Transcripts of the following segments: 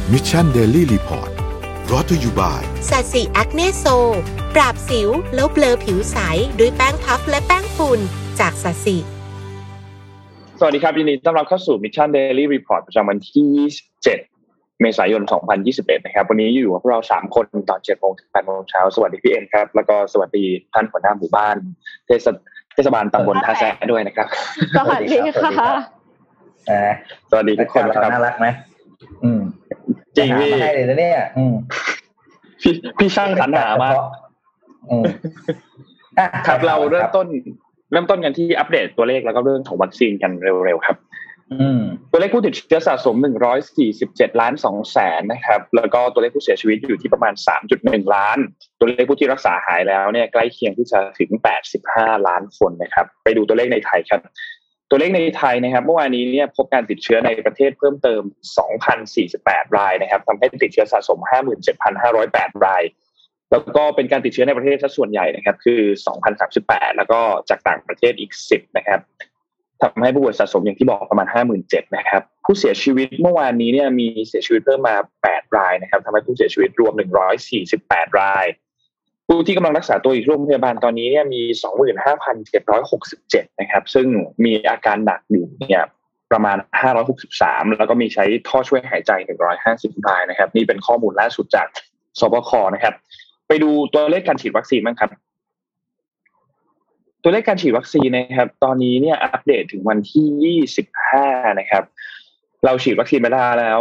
Mission Daily Report brought to you by สัตสีแอคเนโซปราบสิวแล้วเบลอผิวใสด้วยแป้งพัฟและแป้งฝุ่นจากสัตสีสวัสดีครับยินดีต้อนรับเข้าสู่ Mission Daily Report ประจำวันที่27เมษายน2021นะครับวันนี้อยู่กับพวกเรา3คนตอน 7:00 น. ถึง 8:00 น. สวัสดีพี่เอ็มครับแล้วก็สวัสดีท่านหัวหน้าหมู่บ้านเทศบาลตำบลท่าแซะด้วยนะครับสวัสดีค่ะสวัสดีทุกคนนะครับน่ารักมั้ยจริงพี่ให้เลยนะเนี่ยพี่ช่างสรรหามากครับเราเริ่มต้นกันที่อัปเดตตัวเลขแล้วก็เรื่องของวัคซีนกันเร็วๆครับตัวเลขผู้ติดเชื้อสะสม147.2 ล้านนะครับแล้วก็ตัวเลขผู้เสียชีวิตอยู่ที่ประมาณ 3.1 ล้านตัวเลขผู้ที่รักษาหายแล้วเนี่ยใกล้เคียงที่จะถึง85ล้านคนนะครับไปดูตัวเลขในไทยครับตัวเลขในไทยนะครับเมื่อวานนี้เนี่ยพบการติดเชื้อในประเทศเพิ่มเติม 2,048 รายนะครับทำให้ติดเชื้อสะสม 57,508 รายแล้วก็เป็นการติดเชื้อในประเทศซะส่วนใหญ่นะครับคือ 2,038 แล้วก็จากต่างประเทศอีก10นะครับทำให้ผู้ป่วยสะสมอย่างที่บอกประมาณ 57,000 นะครับผู้เสียชีวิตเมื่อวานนี้เนี่ยมีเสียชีวิตเพิ่มมา8รายนะครับทำให้ผู้เสียชีวิตรวม148รายผู้ที่กำลังรักษาตัวอยู่โรงพยาบาลตอนนี้เนี่ยมี 25,767 นะครับซึ่งมีอาการหนักอยู่เนี่ยประมาณ563แล้วก็มีใช้ท่อช่วยหายใจ150รายนะครับนี่เป็นข้อมูลล่าสุดจากสบคนะครับไปดูตัวเลขการฉีดวัคซีนบ้างครับตัวเลขการฉีดวัคซีนนะครับตอนนี้เนี่ยอัปเดตถึงวันที่25นะครับเราฉีดวัคซีนไปแล้ว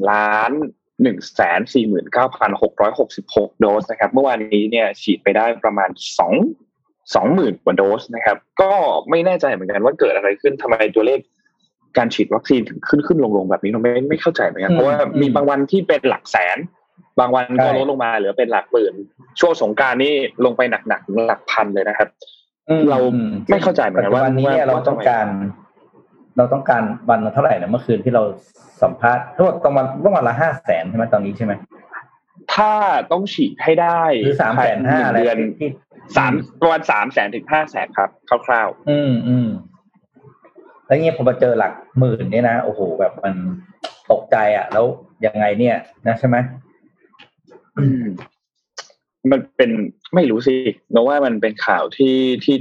1,149,666 โดสนะครับเมื่อวานนี้เนี่ยฉีดไปได้ประมาณ20,000 กว่าโดสนะครับก็ไม่แน่ใจเหมือนกันว่าเกิดอะไรขึ้นทำไมตัวเลขการฉีดวัคซีนถึงขึ้นลงแบบนี้เราไม่เข้าใจเหมือนกันเพราะว่ามีบางวันที่เป็นหลักแสนบางวันก็ลดลงมาเหลือเป็นหลักหมื่นช่วงสงกรานต์นี่ลงไปหนักๆถึงหลักพันเลยนะครับเราไม่เข้าใจเหมือนกันว่าเราต้องการวันเท่าไหร่นะเมื่อคืนที่เราสัมภาษณ์ทั้งหมดต้องวันละ 500,000 ใช่มั้ยตอนนี้ใช่มั้ยถ้าต้องฉีดให้ได้หรือ 350,000 อะไรเดือน3ประมาณ 300,000 ถึง 500,000 ครับคร่าวๆแล้วเงี้ยพอมาเจอหลักหมื่นเนี่ยนะโอ้โหแบบมันตกใจอ่ะแล้วยังไงเนี่ยนะใช่มั้ยมันเป็นไม่รู้สิเนอะว่ามันเป็นข่าวที่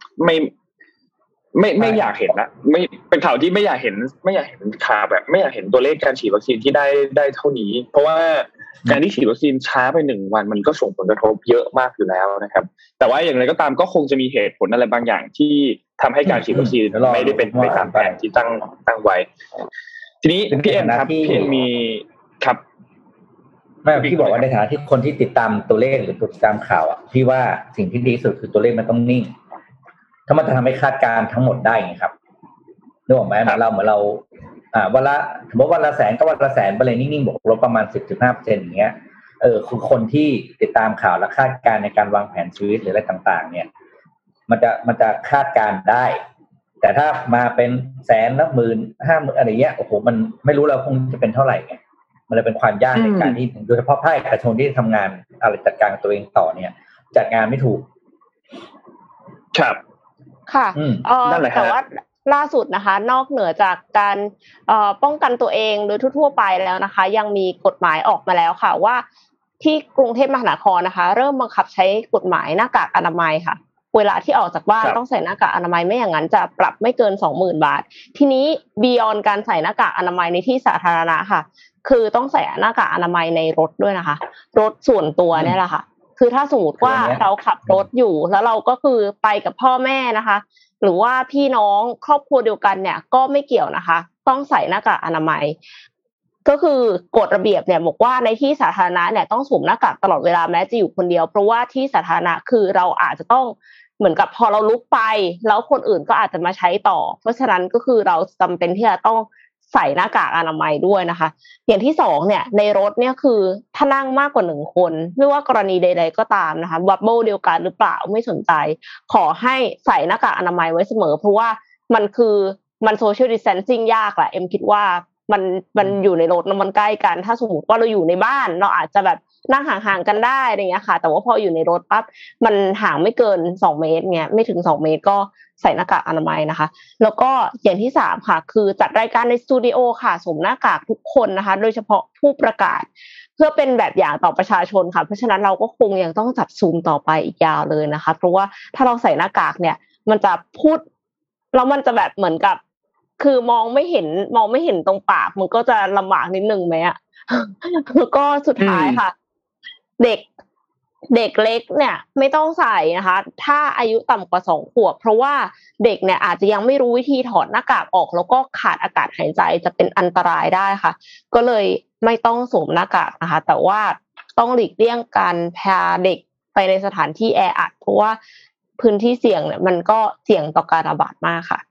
ไม่อยากเห็นนะไม่เป็นข่าวที่ไม่อยากเห็นข่าวแบบไม่อยากเห็นตัวเลขการฉีดวัคซีนที่ได้เท่านี้เพราะว่าการที่ฉีดวัคซีนช้าไป1วันมันก็ส่งผลกระทบเยอะมากอยู่แล้วนะครับแต่ว่าอย่างไรก็ตามก็คงจะมีเหตุผลอะไรบางอย่างที่ทำให้การฉีดวัคซีนไม่ได้เป็นไปตามแผนที่ตั้งไว้ทีนี้พี่เอ็มครับพี่มีครับไม่พี่บอกว่าในฐานะที่คนที่ติดตามตัวเลขหรือติดตามข่าวอ่ะพี่ว่าสิ่งที่ดีสุดคือตัวเลขมันต้องนิ่งถ้ามันจะทำให้คาดการณ์ทั้งหมดได้ไงครับนึกออกไหมเหมือนเราวันละสมมติวันละแสนก็วันละแสนไปเลยนิ่งๆบวกลบประมาณ 10-15% อย่างเงี้ยคือคนที่ติดตามข่าวและคาดการณ์ในการวางแผนชีวิตหรืออะไรต่างๆเนี่ยมันจะคาดการณ์ได้แต่ถ้ามาเป็นแสนละหมื่น50,000อะไรเงี้ยโอ้โหมันไม่รู้เราคงจะเป็นเท่าไหร่ไงมันเลยเป็นความยากในการที่โดยเฉพาะภาคเอกชนที่ทำงานอะไรจัดการตัวเองต่อเนี่ยจัดงานไม่ถูกครับค่ะแต่ว่าล่าสุดนะคะนอกเหนือจากการป้องกันตัวเองโดยทั่วไปแล้วนะคะยังมีกฎหมายออกมาแล้วค่ะว่าที่กรุงเทพมหานครนะคะเริ่มบังคับใช้กฎหมายหน้ากากอนามัยค่ะเวลาที่ออกจากบ้านต้องใส่หน้ากากอนามัยไม่อย่างนั้นจะปรับไม่เกิน 20,000 บาททีนี้ beyond การใส่หน้ากากอนามัยในที่สาธารณะค่ะคือต้องใส่หน้ากากอนามัยในรถด้วยนะคะรถส่วนตัวเนี่ยแหละค่ะคือถ้าสมมติว่าเราขับรถอยู่แล้วเราก็คือไปกับพ่อแม่นะคะหรือว่าพี่น้องครอบครัวเดียวกันเนี่ยก็ไม่เกี่ยวนะคะต้องใส่หน้ากากอนามัยก็คือกฎระเบียบเนี่ยบอกว่าในที่สาธารณะเนี่ยต้องสวมหน้ากากตลอดเวลาแม้จะอยู่คนเดียวเพราะว่าที่สาธารณะคือเราอาจจะต้องเหมือนกับพอเราลุกไปแล้วคนอื่นก็อาจจะมาใช้ต่อเพราะฉะนั้นก็คือเราจำเป็นที่จะต้องใส่หน้ากากอนามัยด้วยนะคะอย่างที่2เนี่ยในรถเนี่ยคือถ้านั่งมากกว่า1คนไม่ว่ากรณีใดๆก็ตามนะคะบับเบิ้ลเดียวกันหรือเปล่าไม่สนใจขอให้ใส่หน้ากากอนามัยไว้เสมอเพราะว่ามันโซเชียลดิสแทนซิ่งยากแหละเอ็มคิดว่ามันอยู่ในรถแล้วมันใกล้กันถ้าสมมติว่าเราอยู่ในบ้านเราอาจจะแบบนั่งห่างๆกันได้อะไรเงี้ยค่ะแต่ว่าพออยู่ในรถปั๊บมันห่างไม่เกิน2เมตรเงี้ยไม่ถึง2เมตรก็ใส่หน้ากากอนามัยนะคะแล้วก็อย่างที่3ค่ะคือจัดรายการในสตูดิโอค่ะสวมหน้ากากทุกคนนะคะโดยเฉพาะผู้ประกาศเพื่อเป็นแบบอย่างต่อประชาชนค่ะเพราะฉะนั้นเราก็คงยังต้องจัดซูมต่อไปอีกยาวเลยนะคะเพราะว่าถ้าเราใส่หน้ากากเนี่ยมันจะพูดแล้วมันจะแบบเหมือนกับคือมองไม่เห็นตรงปากมันก็จะลำบากนิดนึงไหมอ่ะแล้วก็สุดท้ายค่ะเด็กเล็กเนี่ยไม่ต้องใส่นะคะถ้าอายุต่ำกว่า2 ขวบเพราะว่าเด็กเนี่ยอาจจะยังไม่รู้วิธีถอดหน้ากากออกแล้วก็ขาดอากาศหายใจจะเป็นอันตรายได้ค่ะก็เลยไม่ต้องสวมหน้ากากนะคะแต่ว่าต้องหลีกเลี่ยงการพาเด็กไปในสถานที่แออัดเพราะว่าพื้นที่เสี่ยงเนี่ยมันก็เสี่ยงต่อการระบาดมากค่ะ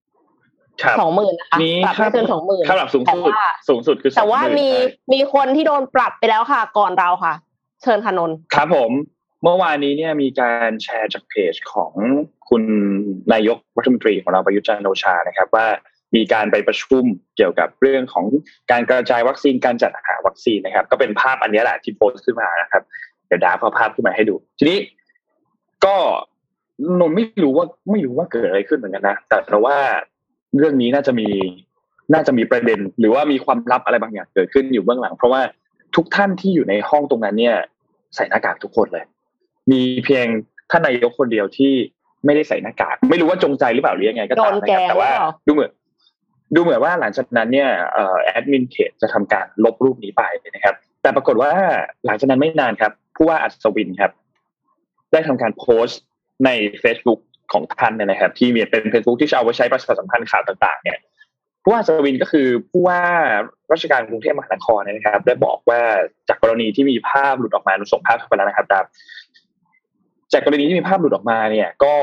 20,000นะคะปรับไม่เกิน 20,000 ค่าปรับสูงสุดคือแต่ว่ามีคนที่โดนปรับไปแล้วค่ะก่อนเราค่ะเชิญนนท์ครับผมเมื่อวานนี้เนี่ยมีการแชร์จากเพจของคุณนายกรัฐมนตรีของเราประยุทธ์จันทร์โอชานะครับว่ามีการไปประชุมเกี่ยวกับเรื่องของการกระจายวัคซีนการจัดหาวัคซีนนะครับก็เป็นภาพอันนี้แหละที่โพสต์ขึ้นมานะครับเดี๋ยวดาเอาภาพขึ้นมาให้ดูทีนี้ก็นนไม่รู้ว่าเกิดอะไรขึ้นเหมือนกันนะแต่ว่าเรื่องนี้น่าจะมีประเด็นหรือว่ามีความลับอะไรบางอย่างเกิดขึ้นอยู่เบื้องหลังเพราะว่าทุกท่านที่อยู่ในห้องตรงนั้นเนี่ยใส่หน้ากากทุกคนเลยมีเพียงท่านนายกคนเดียวที่ไม่ได้ใส่หน้ากากไม่รู้ว่าจงใจหรือเปล่าหรือยังไงก็ตามนะครับแต่ว่าดูเหมือนว่าหลังจากนั้นเนี่ยแอดมินเพจจะทำการลบรูปนี้ไปนะครับแต่ปรากฏว่าหลังจากนั้นไม่นานครับผู้ว่าอัศวินครับได้ทำการโพสต์ใน Facebook ของท่านนะครับที่มีเป็น Facebook ที่จะเอาไว้ใช้ประชาสัมพันธ์ข่าวต่างๆเนี่ยผู้ว่าอัศวินก็คือผู้ว่าราชการกรุงเทพมหานครนะครับได้บอกว่าจากกรณีที่มีภาพหลุดออกมาส่งภาพเข้าไปแล้วนะครับจากกรณีที่มีภาพหลุดออกมาเนี่ยก็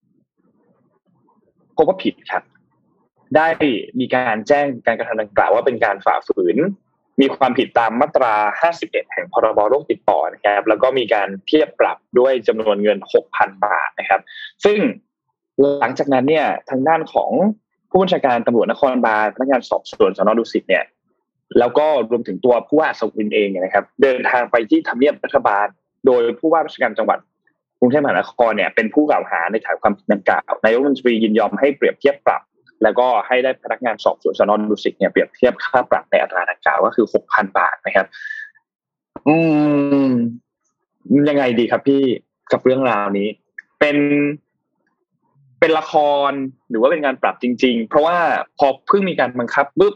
พบว่าผิดครับได้มีการแจ้งการกระทำดังกล่าวว่าเป็นการฝ่าฝืนมีความผิดตามมาตรา51แห่งพรบโรคติดต่อนะครับแล้วก็มีการเทียบปรับด้วยจำนวนเงิน 6,000 บาทนะครับซึ่งหลังจากนั้นเนี่ยทางด้านของผู้บัญชาการตำรวจนครบาลพนักงานสอบสวนสน.ดุสิตเนี่ยแล้วก็รวมถึงตัวผู้ว่าอัศวินเองเนี่ยนะครับเดินทางไปที่ทำเนียบรัฐบาลโดยผู้ว่าราชการจังหวัดกรุงเทพมหานครเนี่ยเป็นผู้กล่าวหาในฐานความผิดดังกล่าวนายกรัฐมนตรียินยอมให้เปรียบเทียบปรับแล้วก็ให้ได้พนักงานสอบสวนสน.ดุสิตเนี่ยเปรียบเทียบค่าปรับในอัตราดังกล่าวก็คือ 6,000 บาทนะครับยังไงดีครับพี่กับเรื่องราวนี้เป็นละครหรือว่าเป็นการปรับจริงๆเพราะว่าพอเพิ่งมีการบังคับปุ๊บ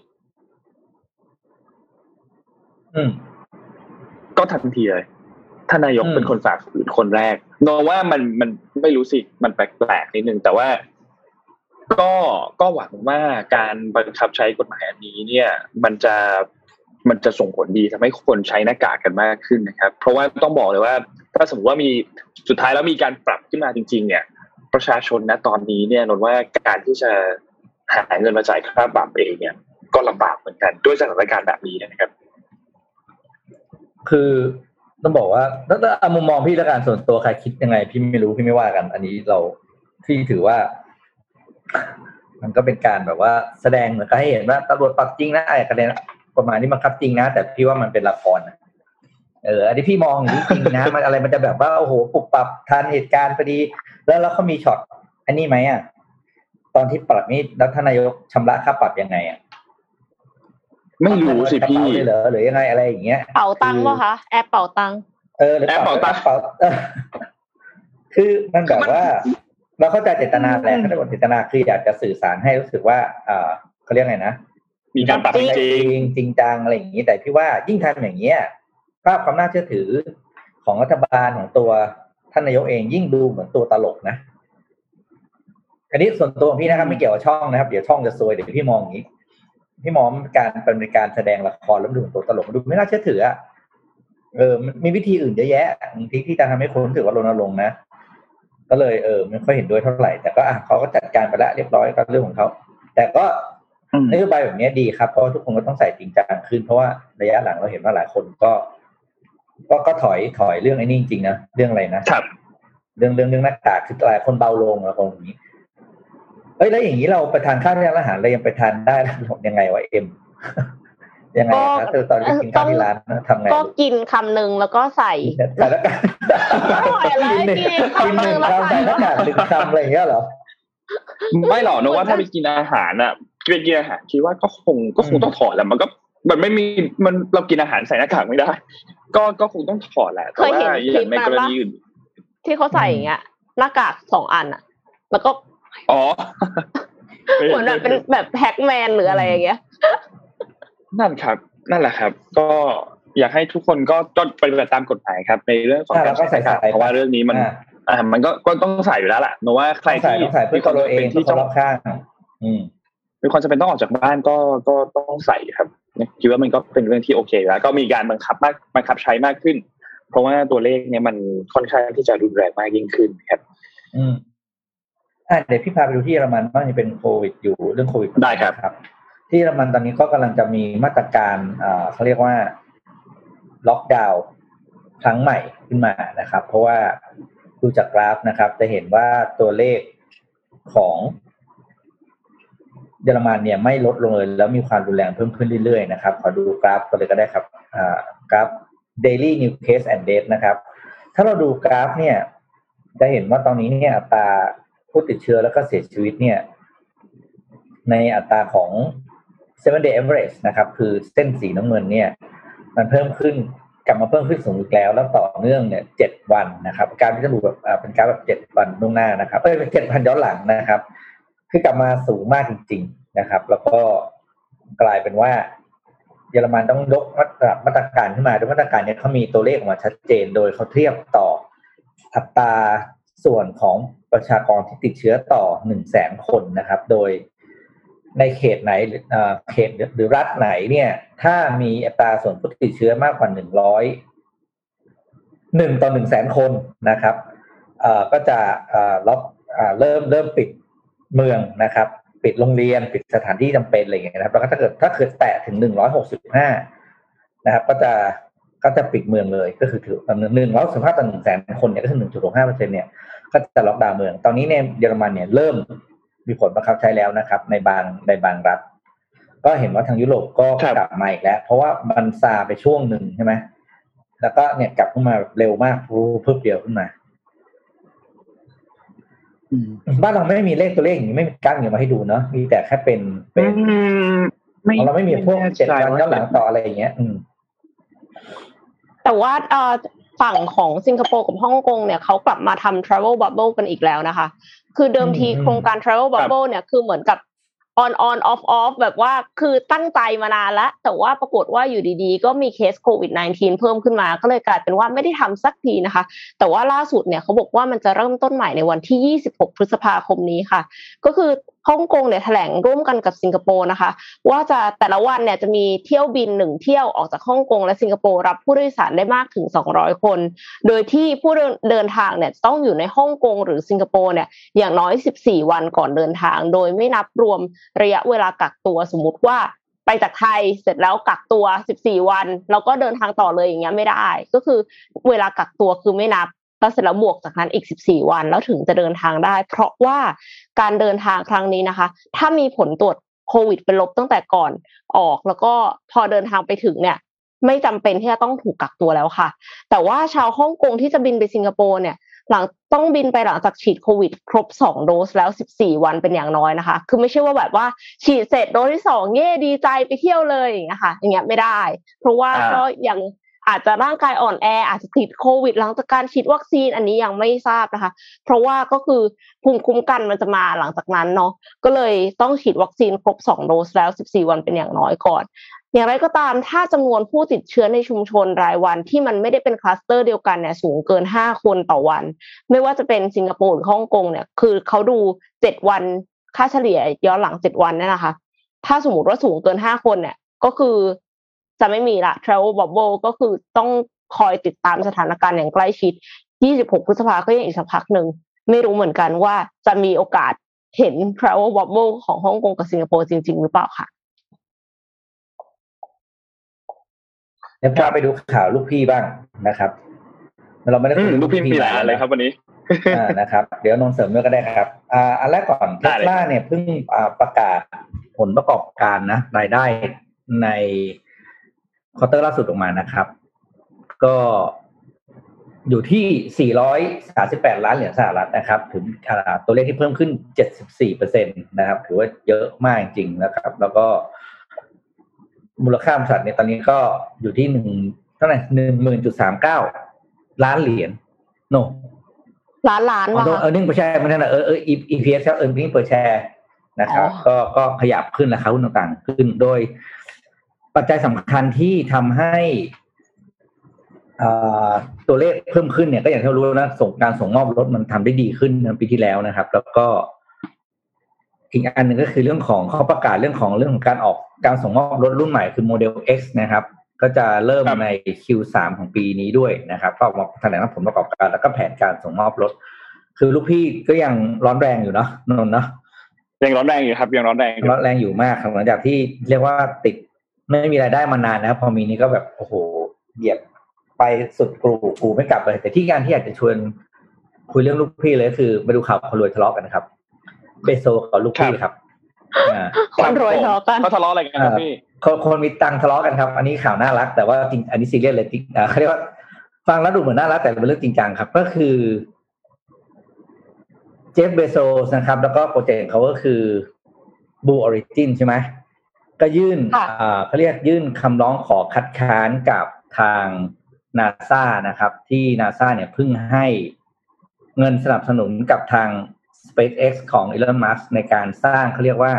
ก็ทันทีเลยท่านนายกเป็นคนฝ่าฝืนคนแรกโนว่ามันไม่รู้สิมันแปลกๆนิดนึงแต่ว่าก็หวังว่าการบังคับใช้กฎหมายอันนี้เนี่ยมันจะส่งผลดีทำให้คนใช้หน้ากากกันมากขึ้นนะครับเพราะว่าต้องบอกเลยว่าถ้าสมมติว่ามีสุดท้ายแล้วมีการปรับขึ้นมาจริงๆเนี่ยประชาชนณตอนนี้เนี่ยนนว่าการที่จะหาเงินมาจ่ายค่าปรับเองเนี่ยก็ลำบากเหมือนกันด้วยสถานการณ์แบบนี้นะครับคือต้องบอกว่าถ้ามุมมองพี่และการส่วนตัวใครคิดยังไงพี่ไม่รู้พี่ไม่ว่ากันอันนี้เราพี่ถือว่ามันก็เป็นการแบบว่าแสดงเหมือนกับให้เห็นว่าตำรวจปรับจริงนะไอ้คะแนนกฎหมายนี่บังคับจริงนะแต่พี่ว่ามันเป็นละครนะอันนี้พี่มองจริงนะมันอะไรมันจะแบบว่าโอ้โหปรับปรับทันเหตุการณ์พอดีแล้วเขามีช็อตอันนี้ไหมอ่ะตอนที่ปรับนี่แล้วท่านนายกชำระค่าปรับยังไงอ่ะไม่รู้สิพี่เหรอหรือยังไงอะไรอย่างเงี้ยเป๋าตังค์ป่ะคะแอปเป๋าตังค์หรือแอปเป๋าตังค์คือมันแบบว่าเราเข้าใจเจตนาแหละถ้าเจตนาคืออยากจะสื่อสารให้รู้สึกว่าเขาเรียกไงนะมีการปรับจริงจังอะไรอย่างนี้แต่พี่ว่ายิ่งทำอย่างเงี้ยภาพความน่าเชื่อถือของรัฐบาลของตัวท่านนายกเองยิ่งดูเหมือนตัวตลกนะอันนี้ส่วนตัวของพี่นะครับไม่เกี่ยวกับช่องนะครับเดี๋ยวช่องจะซวยเดี๋ยวพี่มองอย่างนี้พี่มองเป็นการแสดงละครแล้วดูเหมือนตัวตลกดูไม่น่าเชื่อถือมันมีวิธีอื่นเยอะแยะที่จะทำให้คนรู้สึกว่ารณรงค์นะก็เลยไม่ค่อยเห็นด้วยเท่าไหร่แต่ก็เขาก็จัดการไปแล้วเรียบร้อยก็เรื่องของเขาแต่ก็นโยบายแบบนี้ดีครับเพราะทุกคนก็ต้องใส่จริงจังขึ้นเพราะว่าระยะหลังเราเห็นว่าหลายคนก็ถอยเรื่องไอ้นี่จริงๆนะเรื่องอะไรนะครับเรื่องหน้ากากคือหลายคนเบาลงแล้วคนนี้แล้วอย่างนี้เราไปทานข้าวที่ร้านอาหารเรายังไปทานได้ยังไงวะยังไงครับตอนกินข้าวที่ร้านทำไงก็กินคำหนึ่งแล้วก็ใส่หน้ากากกินหนึ่งคำใส่หน้ากากหนึ่งคำอะไรอย่างเงี้ยเหรอไม่หรอกนะว่าถ้าไปกินอาหารอ่ะเป็นกินอาหารคิดว่าก็คงต้องถอดแหละมันไม่มีมันเรากินอาหารใส่หน้ากากไม่ได้ก็คงต้องถอดแหละแต่ว่าอย่างในกรณีอื่นที่เขาใส่อย่างเงี้ยหน้ากาก2อันอ่ะแล้วก็เหมือนแบบเป็นแบบแฮ็กแมนหรืออะไรอย่างเงี้ยนั่นแหละครับก็อยากให้ทุกคนก็ปฏิบัติตามกฎหมายครับในเรื่องของการใส่หน้ากากเพราะว่าเรื่องนี้มันก็ต้องใส่อยู่แล้วแหละเพราะว่าใครที่มีความจำเป็นที่ต้องรับข้างมีความจำเป็นต้องออกจากบ้านก็ต้องใส่ครับคิดว่ามันก็เป็นเรื่องที่โอเคแล้วก็มีการบังคับใช้มากขึ้นเพราะว่าตัวเลขเนี่ยมันค่อนข้างที่จะรุนแรงมากยิ่งขึ้นครับเดี๋ยวพี่พาไปดูที่เยอรมันบ้างจะเป็นโควิดอยู่เรื่องโควิดได้ครับที่เยอรมันตอนนี้ก็กำลังจะมีมาตรการเขาเรียกว่าล็อกดาวน์ครั้งใหม่ขึ้นมานะครับเพราะว่าดูจากกราฟนะครับจะเห็นว่าตัวเลขของเยอรมันเนี่ยไม่ลดลงเลยแล้วมีความรุนแรงเพิ่มขึ้นเรื่อยๆนะครับขอดูกราฟกันเลยก็ได้ครับกราฟ daily new case and death นะครับถ้าเราดูกราฟเนี่ยจะเห็นว่าตอนนี้เนี่ยอัตราผู้ติดเชื้อแล้วก็เสียชีวิตเนี่ยในอัตราของ 7-day average นะครับคือเส้นสีน้ำเงินเนี่ยมันเพิ่มขึ้นกลับมาเพิ่มขึ้นสูงอีกแล้วต่อเนื่องเนี่ย7วันนะครับการที่จะดูแบบเป็นกราฟแบบ7วันล่วงหน้านะครับเป็น7วันย้อนหลังนะครับคือกลับมาสูงมากจริงๆนะครับแล้วก็กลายเป็นว่าเยอรมันต้องยกมาตรการขึ้นมาด้วยมาตรการนี้เขามีตัวเลขออกมาชัดเจนโดยเขาเทียบต่ออัตราส่วนของประชากรที่ติดเชื้อต่อ 100,000 คนนะครับโดยในเขตไหนเขตหรือรัฐไหนเนี่ยถ้ามีอัตราส่วนผู้ติดเชื้อมากกว่า100 ต่อ 100,000 คนนะครับก็จะล็อกเริ่มปิดเมืองนะครับปิดโรงเรียนปิดสถานที่จำเป็นอะไรอย่างเงี้ยนะครับแล้วก็ถ้าเกิดแตะถึง165นะครับก็จะปิดเมืองเลยก็คือถือ165 ต่อ 100,000 คนเนี่ยก็คือ 1.65% เนี่ยก็จะล็อกดาวน์เมืองตอนนี้ในเยอรมันเนี่ยเริ่มมีผลบังคับใช้แล้วนะครับในบางรัฐก็เห็นว่าทางยุโรปก็กลับมาอีกแล้วเพราะว่ามันซาไปช่วงหนึ่งใช่ไหมแล้วก็เนี่ยกลับขึ้นมาเร็วมากเพิ่มเดียวขึ้นมาบ้านเราไม่มีเลขตัวเลขอย่างนี้ไม่มีกั้นอยู่มาให้ดูเนาะมีแต่แค่เป็นเราไม่มีพวก7วันย้อนหลังต่ออะไรอย่างเงี้ยแต่ว่าฝั่งของสิงคโปร์กับฮ่องกงเนี่ยเขากลับมาทำ travel bubble กันอีกแล้วนะคะคือเดิมทีโครงการ travel bubble เนี่ยคือเหมือนกับ on off แบบว่าคือตั้งใจมานานแล้วแต่ว่าปรากฏว่าอยู่ดีๆก็มีเคสโควิด -19 เพิ่มขึ้นมาก็เลยกลายเป็นว่าไม่ได้ทำสักทีนะคะแต่ว่าล่าสุดเนี่ยเขาบอกว่ามันจะเริ่มต้นใหม่ในวันที่26พฤษภาคมนี้ค่ะก็คือฮ่องกงเนี่ยแถลงร่วมกันกับสิงคโปร์นะคะว่าจะแต่ละวันเนี่ยจะมีเที่ยวบิน1เที่ยวออกจากฮ่องกงและสิงคโปร์รับผู้โดยสารได้มากถึง200คนโดยที่ผู้เดินทางเนี่ยต้องอยู่ในฮ่องกงหรือสิงคโปร์เนี่ยอย่างน้อย14วันก่อนเดินทางโดยไม่นับรวมระยะเวลากักตัวสมมุติว่าไปจากไทยเสร็จแล้วกักตัว14วันแล้วก็เดินทางต่อเลยอย่างเงี้ยไม่ได้ก็คือเวลากักตัวคือไม่นับแล้วเสร็จแล้วบวกจากนั้นอีก14วันแล้วถึงจะเดินทางได้เพราะว่าการเดินทางครั้งนี้นะคะถ้ามีผลตรวจโควิดเป็นลบตั้งแต่ก่อนออกแล้วก็พอเดินทางไปถึงเนี่ยไม่จำเป็นที่จะต้องถูกกักตัวแล้วค่ะแต่ว่าชาวฮ่องกงที่จะบินไปสิงคโปร์เนี่ยหลังต้องบินไปหลังจากฉีดโควิดครบ2โดสแล้ว14วันเป็นอย่างน้อยนะคะคือไม่ใช่ว่าแบบว่าฉีดเสร็จโดสที่2เย่ดีใจไปเที่ยวเลยอย่างเงี้ยค่ะอย่างเงี้ยไม่ได้เพราะว่าก็ยังอาจจะร่างกายอ่อนแออาจจะติดโควิดหลังจากการฉีดวัคซีนอันนี้ยังไม่ทราบนะคะเพราะว่าก็คือภูมิคุ้มกันมันจะมาหลังจากนั้นเนาะก็เลยต้องฉีดวัคซีนครบ2โดสแล้ว14วันเป็นอย่างน้อยก่อนอย่างไรก็ตามถ้าจำนวนผู้ติดเชื้อในชุมชนรายวันที่มันไม่ได้เป็นคลัสเตอร์เดียวกันเนี่ยสูงเกิน5คนต่อวันไม่ว่าจะเป็นสิงคโปร์หรือฮ่องกงเนี่ยคือเขาดู7วันค่าเฉลี่ยย้อนหลัง7วันเนี่ยนะคะถ้าสมมุติว่าสูงเกิน5คนเนี่ยก็คือจะไม่มีละ travel bubble ก็คือต้องคอยติดตามสถานการณ์อย่างใกล้ชิด26พฤษภาคมก็ยังอีกสักพักนึงไม่รู้เหมือนกันว่าจะมีโอกาสเห็น travel bubble ของฮ่องกงกับสิงคโปร์จริงๆหรือเปล่าค่ะเดี๋ยวพาไปดูข่าวลูกพี่บ้างนะครับเราไม่ได้ลูกพี่มีหลายอะไรครับวันนี้นะครับเดี๋ยวนนเสริมด้วยก็ได้ครับอันแรกก่อน Tesla เนี่ยเพิ่งประกาศผลประกอบการนะรายได้ในควอเตอร์ล่าสุดออกมานะครับก็อยู่ที่438ล้านเหรียญสหรัฐนะครับถึงตัวเลขที่เพิ่มขึ้น 74% นะครับถือว่าเยอะมากจริงๆนะครับแล้วก็มูลค่าบริษัทเนี่ยตอนนี้ก็อยู่ที่เท่าไหร่ 10,000.39 ล้านเหรียญล้านว่ะ earning per share ไม่ใช่นะEPS ครับ earning per share นะครับก็ขยับขึ้นราคาหุ้นต่างๆขึ้นโดยปัจจัยสำคัญที่ทำให้ตัวเลขเพิ่มขึ้นเนี่ยก็อย่างที่เรารู้นะการส่งมอบรถมันทำได้ดีขึ้นในปีที่แล้วนะครับแล้วก็อีกอันนึงก็คือเรื่องของเขาประกาศเรื่องของการส่งมอบรถรุ่นใหม่คือโมเดล X นะครับก็จะเริ่มใน Q3 ของปีนี้ด้วยนะครับก็ออกมาแถลงผลประกอบการแล้วก็แผนการส่งมอบรถคือลูกพี่ก็ยังร้อนแรงอยู่เนาะนนท์เนาะยังร้อนแรงอยู่ครับยังร้อนแรงอยู่มากหลังจากที่เรียกว่าติดไม่มีรายได้มานานนะครับพอมีนี้ก็แบบโอ้โหเหยียบไปสุดกูไม่กลับเลยแต่ที่การที่อยากจะชวนคุยเรื่องลูกพี่เลยคือมาดูข่าวคนรวยทะเลาะกันนะครับเบโซกับลูกพี่ครับคนรวยทะเลาะกันเขาทะเลาะอะไรกันครับพี่คนมีตังค์ทะเลาะกันครับอันนี้ข่าวน่ารักแต่ว่าจริงอันนี้ซีเรียสเลยเขาเรียกว่าฟังแล้วดูเหมือนน่ารักแต่เป็นเรื่องจริงจังครับก็คือเจฟเบโซสนะครับแล้วก็โปรเจกต์เขาก็คือ Blue Origin ใช่ไหมก็ยื่นเขาเรียกยื่นคำร้องขอคัดค้านกับทาง NASA นะครับที่ NASA เนี่ยเพิ่งให้เงินสนับสนุนกับทาง SpaceX ของ Elon Musk ในการสร้างเขาเรียกว่า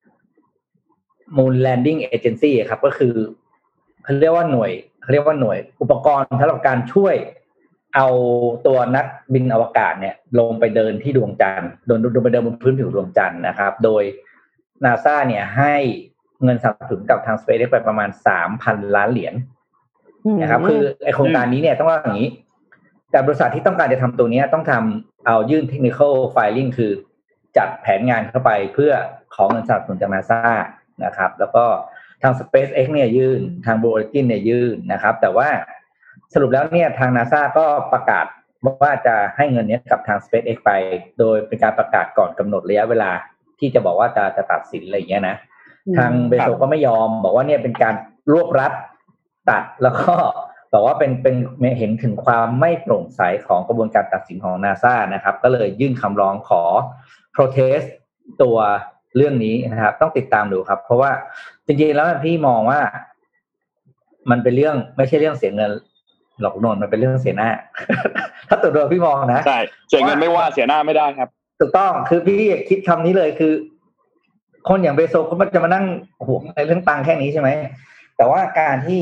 Moon Landing Agency ครับก็คือเขาเรียกว่าหน่วยอุปกรณ์สำหรับการช่วยเอาตัวนักบินอวกาศเนี่ยลงไปเดินที่ดวงจันทร์ลงไปเดินบนพื้นผิวดวงจันทร์นะครับโดย NASA เนี่ยให้เงินสนับสนุนกับทาง SpaceX ไปประมาณ 3,000 ล้านเหรียญนะครับคือไอโครงการนี้เนี่ยต้องว่าอย่างนี้แต่บริษัทที่ต้องการจะทำตัวนี้ต้องทำเอายื่น technical filing คือจัดแผนงานเข้าไปเพื่อขอเงินสนับสนุนจาก NASA นะครับแล้วก็ทาง SpaceX เนี่ยยื่นทาง Blue Origin เนี่ยยื่นนะครับแต่ว่าสรุปแล้วเนี่ยทาง NASA ก็ประกาศว่าจะให้เงินนี้กับทาง SpaceX ไปโดยเป็นการประกาศก่อนกำหนดระยะเวลาที่จะบอกว่าจะตัดสินอะไรอย่างเงี้ยนะทางเบโซก็ไม่ยอมบอกว่าเนี่ยเป็นการรวบรัดตัดแล้วก็บอกว่าเป็นเห็นถึงความไม่โปร่งใสของกระบวนการตัดสินของ NASA นะครับก็เลยยื่นคำร้องขอ protest ตัวเรื่องนี้นะครับต้องติดตามดูครับเพราะว่าจริงๆแล้วพี่มองว่ามันเป็นเรื่องไม่ใช่เรื่องเสียเงินหลอกลวงมันเป็นเรื่องเสียหน้า ถ้าตัวเราพี่มองนะใช่เสียเงินไม่ว่าเสียหน้าไม่ได้ครับถูกต้องคือพี่คิดคำนี้เลยคือคนอย่างเบโซเขาไม่จะมานั่งห่วงในเรื่องตังค์แค่นี้ใช่ไหมแต่ว่าการที่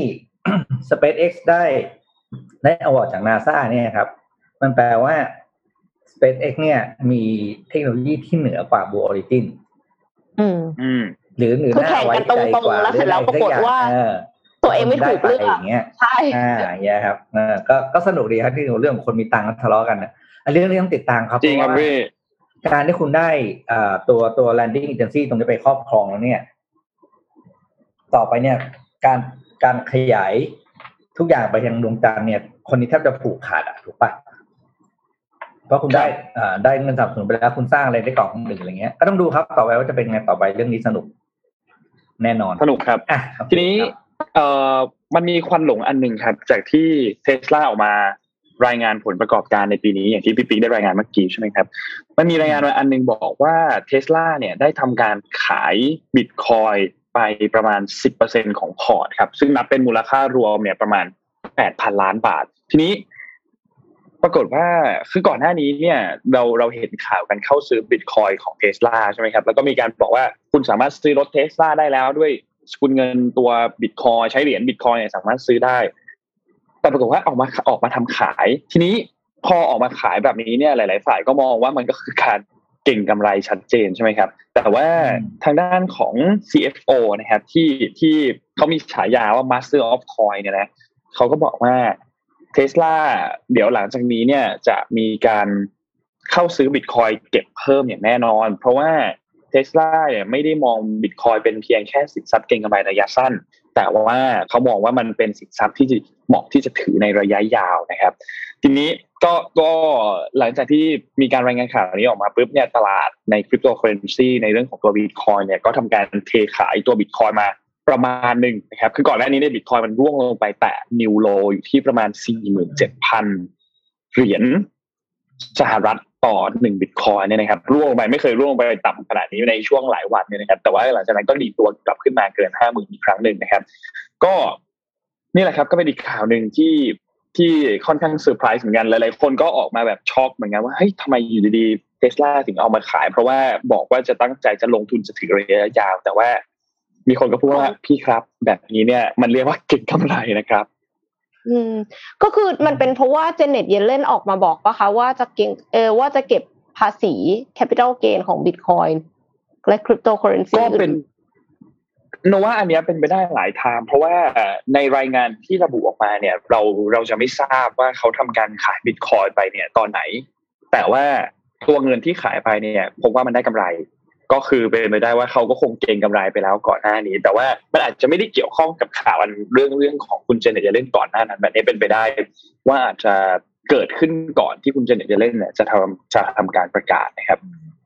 SpaceX ได้อวอร์ดจาก NASA เนี่ยครับมันแปลว่า SpaceX เนี่ยมีเทคโนโลยีที่เหนือกว่า Blue Origin หรือน่าไว้ใจกว่าแล้วเสร็จแล้วปรากฏว่าตัวเองไม่ถูกเลือกอย่างเงี้ยใช่อย่างเงี้ยครับก็สนุกดีครับที่เรื่องคนมีตังค์ทะเลาะกันนะเรื่องนี้ต้องติดตามครับจริงครับพี่การที่คุณได้ตัว landing agency ตรงนี้ไปครอบครองแล้วเนี่ยต่อไปเนี่ยการขยายทุกอย่างไปยังดวงจันทร์เนี่ยคนนี้แทบจะผูกขาดถูกป่ะเพราะคุณได้เงินสนับสนุนไปแล้วคุณสร้างอะไรได้ก่อนคนอื่นอะไรเงี้ยก็ต้องดูครับต่อไปว่าจะเป็นไงต่อไปเรื่องนี้สนุกแน่นอนสนุกครับทีนี้มันมีควันหลงอันนึงครับจากที่ Tesla ออกมารายงานผลประกอบการในปีนี้อย่างที่พี่ปิ๊กได้รายงานเมื่อกี้ใช่ไหมครับมันมีรายงานอันนึงบอกว่า Tesla เนี่ยได้ทำการขาย Bitcoin ไปประมาณ 10% ของพอร์ตครับซึ่งนับเป็นมูลค่ารวมเนี่ยประมาณ 8,000 ล้านบาททีนี้ปรากฏว่าคือก่อนหน้านี้เนี่ยเราเห็นข่าวกันเข้าซื้อ Bitcoin ของ Tesla ใช่ไหมครับแล้วก็มีการบอกว่าคุณสามารถซื้อรถ Tesla ได้แล้วด้วยสกุลเงินตัว Bitcoin ใช้เหรียญ Bitcoin เนี่ยสามารถซื้อได้แต่ปรากฏว่าออกมาทำขายทีนี้พอออกมาขายแบบนี้เนี่ยหลายๆฝ่ายก็มองว่ามันก็คือการเก่งกำไรชัดเจนใช่ไหมครับแต่ว่าทางด้านของ CFO นะครับที่เขามีฉายาว่า Master of Coin เนี่ยนะเขาก็บอกว่า Tesla เดี๋ยวหลังจากนี้เนี่ยจะมีการเข้าซื้อ Bitcoin เก็บเพิ่มอย่างแน่นอนเพราะว่า Tesla เนี่ยไม่ได้มอง Bitcoin เป็นเพียงแค่สินทรัพย์เก็งกำไรระยะสั้นแต่ว่าเขามองว่ามันเป็นสินทรัพย์ที่เหมาะที่จะถือในระยะยาวนะครับทีนี้ก็หลังจากที่มีการรายงานข่าวนี้ออกมาปุ๊บเนี่ยตลาดในคริปโตเคอเรนซีในเรื่องของตัว Bitcoin เนี่ยก็ทำการเทขายตัว Bitcoin มาประมาณนึงนะครับคือก่อนหน้านี้เนี่ย Bitcoin มันร่วงลงไปแตะนิวโลอยู่ที่ประมาณ 47,000 เหรียญสหรัฐต่อ1 Bitcoin เนี่ยนะครับร่วงลงไปไม่เคยร่วงลงไปต่ำขนาดนี้ในช่วงหลายวันเนี่ยนะครับแต่ว่าหลังจากนั้นก็ดีตัวกลับขึ้นมาเกิน 50,000 อีกครั้งนึงนะครับก็นี่แหละครับก็เป็นอีกข่าวนึงที่ค่อนข้างเซอร์ไพรส์เหมือนกันหลายๆคนก็ออกมาแบบช็อกเหมือนกันว่าเฮ้ยทำไมอยู่ดีๆ Tesla ถึงเอามาขายเพราะว่าบอกว่าจะตั้งใจจะลงทุนจะถือระยะยาวแต่ว่ามีคนก็พูดว่าพี่ครับแบบนี้เนี่ยมันเรียกว่าเก็งกำไรนะครับก็คือมันเป็นเพราะว่าเจเน็ตเยเลนออกมาบอกป่ะคะว่าจะเก็บภาษี capital gain ของ Bitcoin และ cryptocurrency ก็เป็นโนว่าอันนี้เป็นไปได้หลายทางเพราะว่าในรายงานที่ระบุออกมาเนี่ยเราจะไม่ทราบว่าเขาทำการขาย Bitcoin ไปเนี่ยตอนไหนแต่ว่าตัวเงินที่ขายไปเนี่ยผมว่ามันได้กำไรก็คือเป็นไปได้ว่าเขาก็คงเก็งกำไรไปแล้วก่อนหน้านี้แต่ว่ามันอาจจะไม่ได้เกี่ยวข้องกับข่าวอันเรื่องของคุณเจเน็ตเยเลนก่อนหน้านั้นแบบนี้เป็นไปได้ว่าอาจจะเกิดขึ้นก่อนที่คุณเจเน็ตเยเลนเนี่ยจะทำการประกาศนะครับ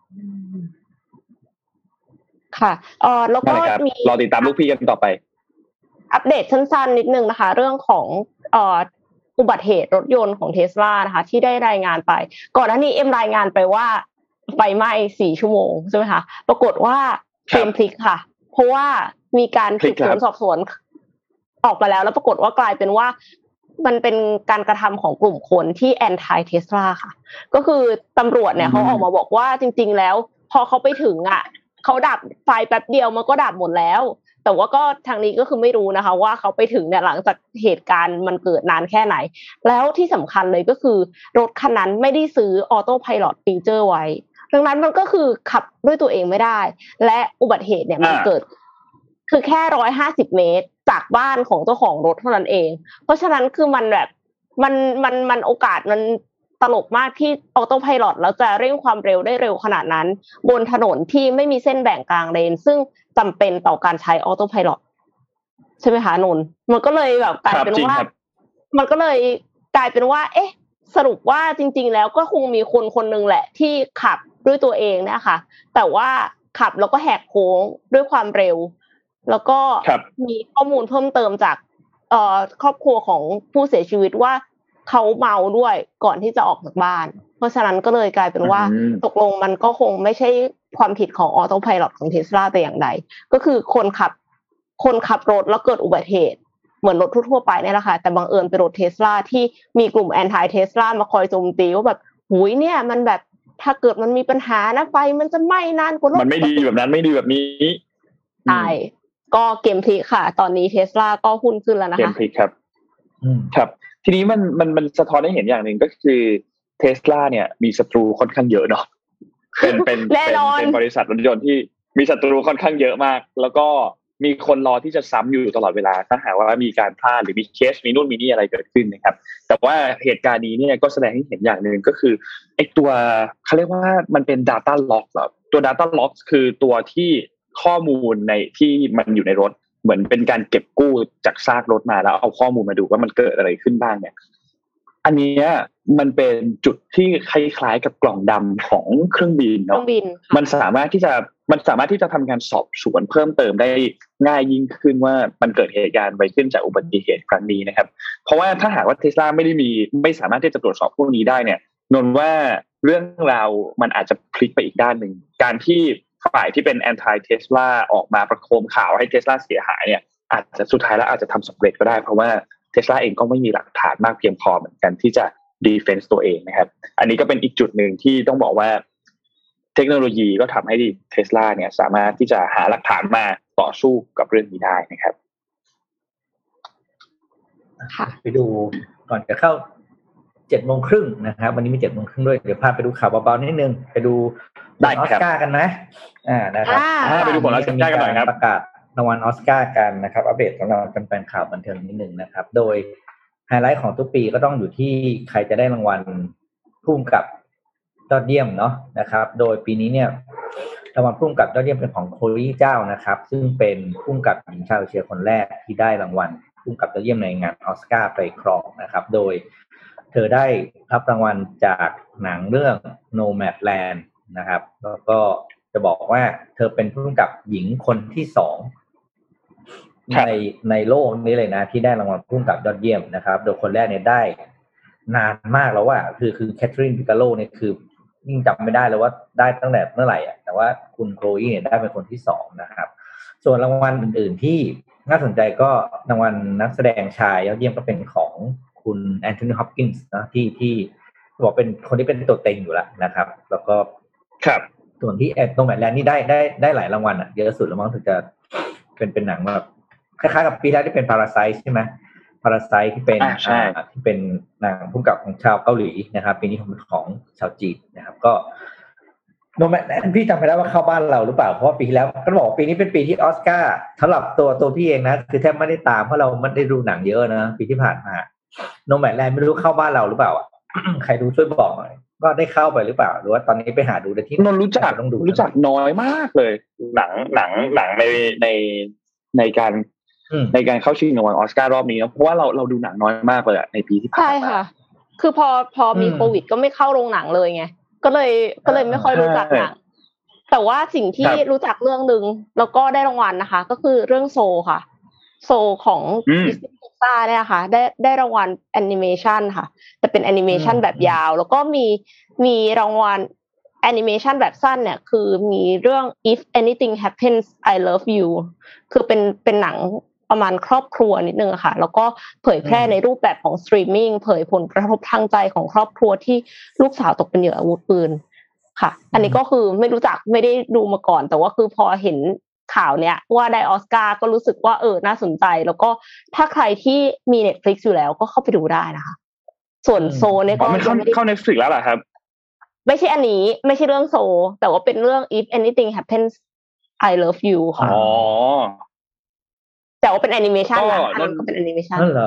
ค่ะแล้วก็มีรอติดตามลูกพี่กันต่อไปอัปเดตสั้นๆนิดนึงนะคะเรื่องของอุบัติเหตุรถยนต์ของ Tesla นะคะที่ได้รายงานไปก่อนหน้านี้รายงานไปว่าไฟไหม้4 ชั่วโมงใช่ไหมคะปรากฏว่าเกมพลิกค่ะเพราะว่ามีการสืบสวนสอบสวนออกมาแล้วปรากฏว่ากลายเป็นว่ามันเป็นการกระทำของกลุ่มคนที่ anti Tesla ค่ะก็คือตำรวจเนี่ยเขาออกมาบอกว่าจริงๆแล้วพอเขาไปถึงเขาดับไฟแป๊บเดียวมันก็ดับหมดแล้วแต่ว่าก็ทางนี้ก็คือไม่รู้นะคะว่าเขาไปถึงเนี่ยหลังจากเหตุการณ์มันเกิดนานแค่ไหนแล้วที่สำคัญเลยก็คือรถคันนั้นไม่ได้ซื้อออโต้ไพลอตฟีเจอร์ไว้ดังนั้นมันก็คือขับด้วยตัวเองไม่ได้และอุบัติเหตุเนี่ยมันเกิดคือแค่150 เมตรจากบ้านของเจ้าของรถเท่านั้นเองเพราะฉะนั้นคือมันแบบมันโอกาสมันตลกมากที่ออโต้ไพลอตแล้วจะเร่งความเร็วได้เร็วขนาดนั้นบนถนนที่ไม่มีเส้นแบ่งกลางเลนซึ่งจำเป็นต่อการใช้ออโต้ไพลอตใช่ไหมคะนนท์มันก็เลยแบบกลายเป็นว่ามันก็เลยกลายเป็นว่าเอ๊ะสรุปว่าจริงๆแล้วก็คงมีคนนึงแหละที่ขับด้วยตัวเองนะคะแต่ว่าขับแล้วก็แหกโค้งด้วยความเร็วแล้วก็มีข้อมูลเพิ่มเติมจากครอบครัวของผู้เสียชีวิตว่าเขาเมาด้วยก่อนที่จะออกจากบ้านเพราะฉะนั้นก็เลยกลายเป็นว่าตกลงมันก็คงไม่ใช่ความผิดของออโต้ไพลอตของ Tesla แต่อย่างใดก็คือคนขับรถแล้วเกิดอุบัติเหตุเหมือนรถทั่วไปนี่แหละค่ะแต่บังเอิญเป็นรถ Tesla ที่มีกลุ่ม anti Tesla มาคอยโจมตีว่าแบบหุยเนี่ยมันแบบถ้าเกิดมันมีปัญหานะไฟมันจะไหม้นานกว่ารถมันไม่ดีแบบนั้นไม่ดีแบบนี้ใช่ก็เกมพลิกค่ะตอนนี้ Tesla ก็หุ้นขึ้นแล้วนะคะเกมพลิกครับครับทีนี้มันสะท้อนให้เห็นอย่างหนึ่งก็คือ Tesla เนี่ยมีศัตรูค่อนข้างเยอะเนาะเป็นบริษัทรถยนต์ที่มีศัตรูค่อนข้างเยอะมากแล้วก็มีคนรอที่จะซ้ำอยู่ตลอดเวลาถ้าหากว่ามีการพลาดหรือมีเคสมีนู่นมีนี่อะไรเกิดขึ้นนะครับแต่ว่าเหตุการณ์นี้เนี่ยก็แสดงให้เห็นอย่างนึงก็คือไอ้ตัวเขาเรียกว่ามันเป็น data lock หรอตัว data lock คือตัวที่ข้อมูลในที่มันอยู่ในรถเหมือนเป็นการเก็บกู้จากซากรถมาแล้วเอาข้อมูลมาดูว่ามันเกิดอะไรขึ้นบ้างเนี่ยอันนี้มันเป็นจุดที่คล้ายๆกับกล่องดำของเครื่องบินเนาะมันสามารถที่จะทำการสอบสวนเพิ่มเติมได้ง่ายยิ่งขึ้นว่ามันเกิดเหตุการณ์ไปขึ้นจากอุบัติเหตุครั้งนี้นะครับเพราะว่าถ้าหากว่า Tesla ไม่สามารถที่จะตรวจสอบพวกนี้ได้เนี่ยนนว่าเรื่องราวมันอาจจะพลิกไปอีกด้านนึงการที่ฝ่ายที่เป็น anti Tesla ออกมาประโคมข่าวให้ Tesla เสียหายเนี่ยอาจจะสุดท้ายแล้วอาจจะทำสำเร็จก็ได้เพราะว่า Tesla เองก็ไม่มีหลักฐานมากเพียงพอเหมือนกันที่จะ defense ตัวเองนะครับอันนี้ก็เป็นอีกจุดนึงที่ต้องบอกว่าเทคโนโลยีก็ทำให้ Tesla เนี่ยสามารถที่จะหาหลักฐานมาต่อสู้กับเรื่องนี้ได้นะครับไปดูก่อนจะเข้า 7:30 น.นะครับวันนี้มี 7:30 น.ด้วยเดี๋ยวพาไปดูข่าวเบาๆนิดนึงไปดูออสการ์กันนะนะครับไปดูผลออสการ์กันหน่อยครับประกาศรางวัลออสการ์กันนะครับอัปเดตสำหรับแฟนๆข่าวบันเทิงนิดนึงนะครับโดยไฮไลท์ของทุกปีก็ต้องอยู่ที่ใครจะได้รางวัลผู้กำกับยอดเยี่ยมเนาะนะครับโดยปีนี้เนี่ยรางวัลผู้กำกับยอดเยี่ยมเป็นของโคลี่เจ้านะครับซึ่งเป็นผู้กำกับหญิงชาวเอเชียคนแรกที่ได้รางวัลผู้กำกับยอดเยี่ยมในงานออสการ์ไปครองนะครับโดยเธอได้รับรางวัลจากหนังเรื่อง Nomadland นะครับแล้วก็จะบอกว่าเธอเป็นผู้กำกับหญิงคนที่2 ในโลกนี้เลยนะที่ได้รางวัลผู้กำกับยอดเยี่ยมนะครับโดยคนแรกเนี่ยได้นานมากแล้วว่าคือแคทเธอรีนบิกาโลเนี่ยคือยิ่งจำไม่ได้แล้วว่าได้ตั้งแต่เมื่อไหร่แต่ว่าคุณโคลอีเนี่ยได้เป็นคนที่2นะครับส่วนรางวัลอื่นๆที่น่าสนใจก็รางวัลนักแสดงชายยอดเยี่ยมก็เป็นของคุณแอนโทนีฮอปกินส์นะที่บอกเป็นคนที่เป็นตัวเต็งอยู่แล้วนะครับแล้วก็ครับส่วนที่โนแมดแลนด์นี่ได้หลายรางวัลเยอะสุดแล้วมั้งถึงจะเป็นหนังแบบคล้ายๆกับปีแรกที่เป็นพาราไซต์ใช่ไหมพาราไซต์ที่เป็นที่เป็นหนังพุ่งกับของชาวเกาหลีนะครับปีนี้ของชาวจีนนะครับก็โนแมดแลนด์พี่จำไม่ได้ว่าเข้าบ้านเราหรือเปล่าเพราะว่าปีที่แล้วก็บอกปีนี้เป็นปีที่ออสการ์สำหรับตัวพี่เองนะคือแทบไม่ได้ตามเพราะเราไม่ได้ดูหนังเยอะนะปีที่ผ่านมาโนแมดแลนด์ไม่รู้เข้าบ้านเราหรือเปล่าใครดูช่วยบอกหน่อยว่าได้เข้าไปหรือเปล่าหรือว่าตอนนี้ไปหาดูได้ที่นนรู้จักน้อยมากเลยหนังในการเข้าชิงรางวัลออสการ์รอบนี้เพราะว่าเราดูหนังน้อยมากเลยในปีที่ผ่านมาใช่ค่ะคือพอมีโควิดก็ไม่เข้าโรงหนังเลยไงก็เลยไม่ค่อยรู้จักหนังแต่ว่าสิ่งที่รู้จักเรื่องนึงแล้วก็ได้รางวัลนะคะก็คือเรื่องโซค่ะโซของดิสนีย์พิกซ่าเนี่ยค่ะได้รางวัลแอนิเมชันค่ะแต่เป็นแอนิเมชันแบบยาวแล้วก็มีรางวัลแอนิเมชันแบบสั้นเนี่ยคือมีเรื่อง If Anything Happens I Love You คือเป็นหนังประมาณครอบครัวนิดนึงค่ะแล้วก็เผยแพร่ในรูปแบบของสตรีมมิ่งเผยผลกระทบทางใจของครอบครัวที่ลูกสาวตกเป็นเหยื่ออาวุธปืนค่ะอันนี้ก็คือไม่รู้จักไม่ได้ดูมาก่อนแต่ว่าคือพอเห็นข่าวเนี้ยว่าได้ออสการ์ก็รู้สึกว่าน่าสนใจแล้วก็ถ้าใครที่มี Netflix อยู่แล้วก็เข้าไปดูได้นะคะส่วนโซเนี่ยก็เข้า Netflix แล้วเหรอครับไม่ใช่อันนี้ไม่ใช่เรื่องโซแต่ว่าเป็นเรื่อง If Anything Happens I Love You ค่ะแต่ว่าเป็นแอนิเมชันนะอันนั้นก็เป็นแอนิเมชันนั่นเหรอ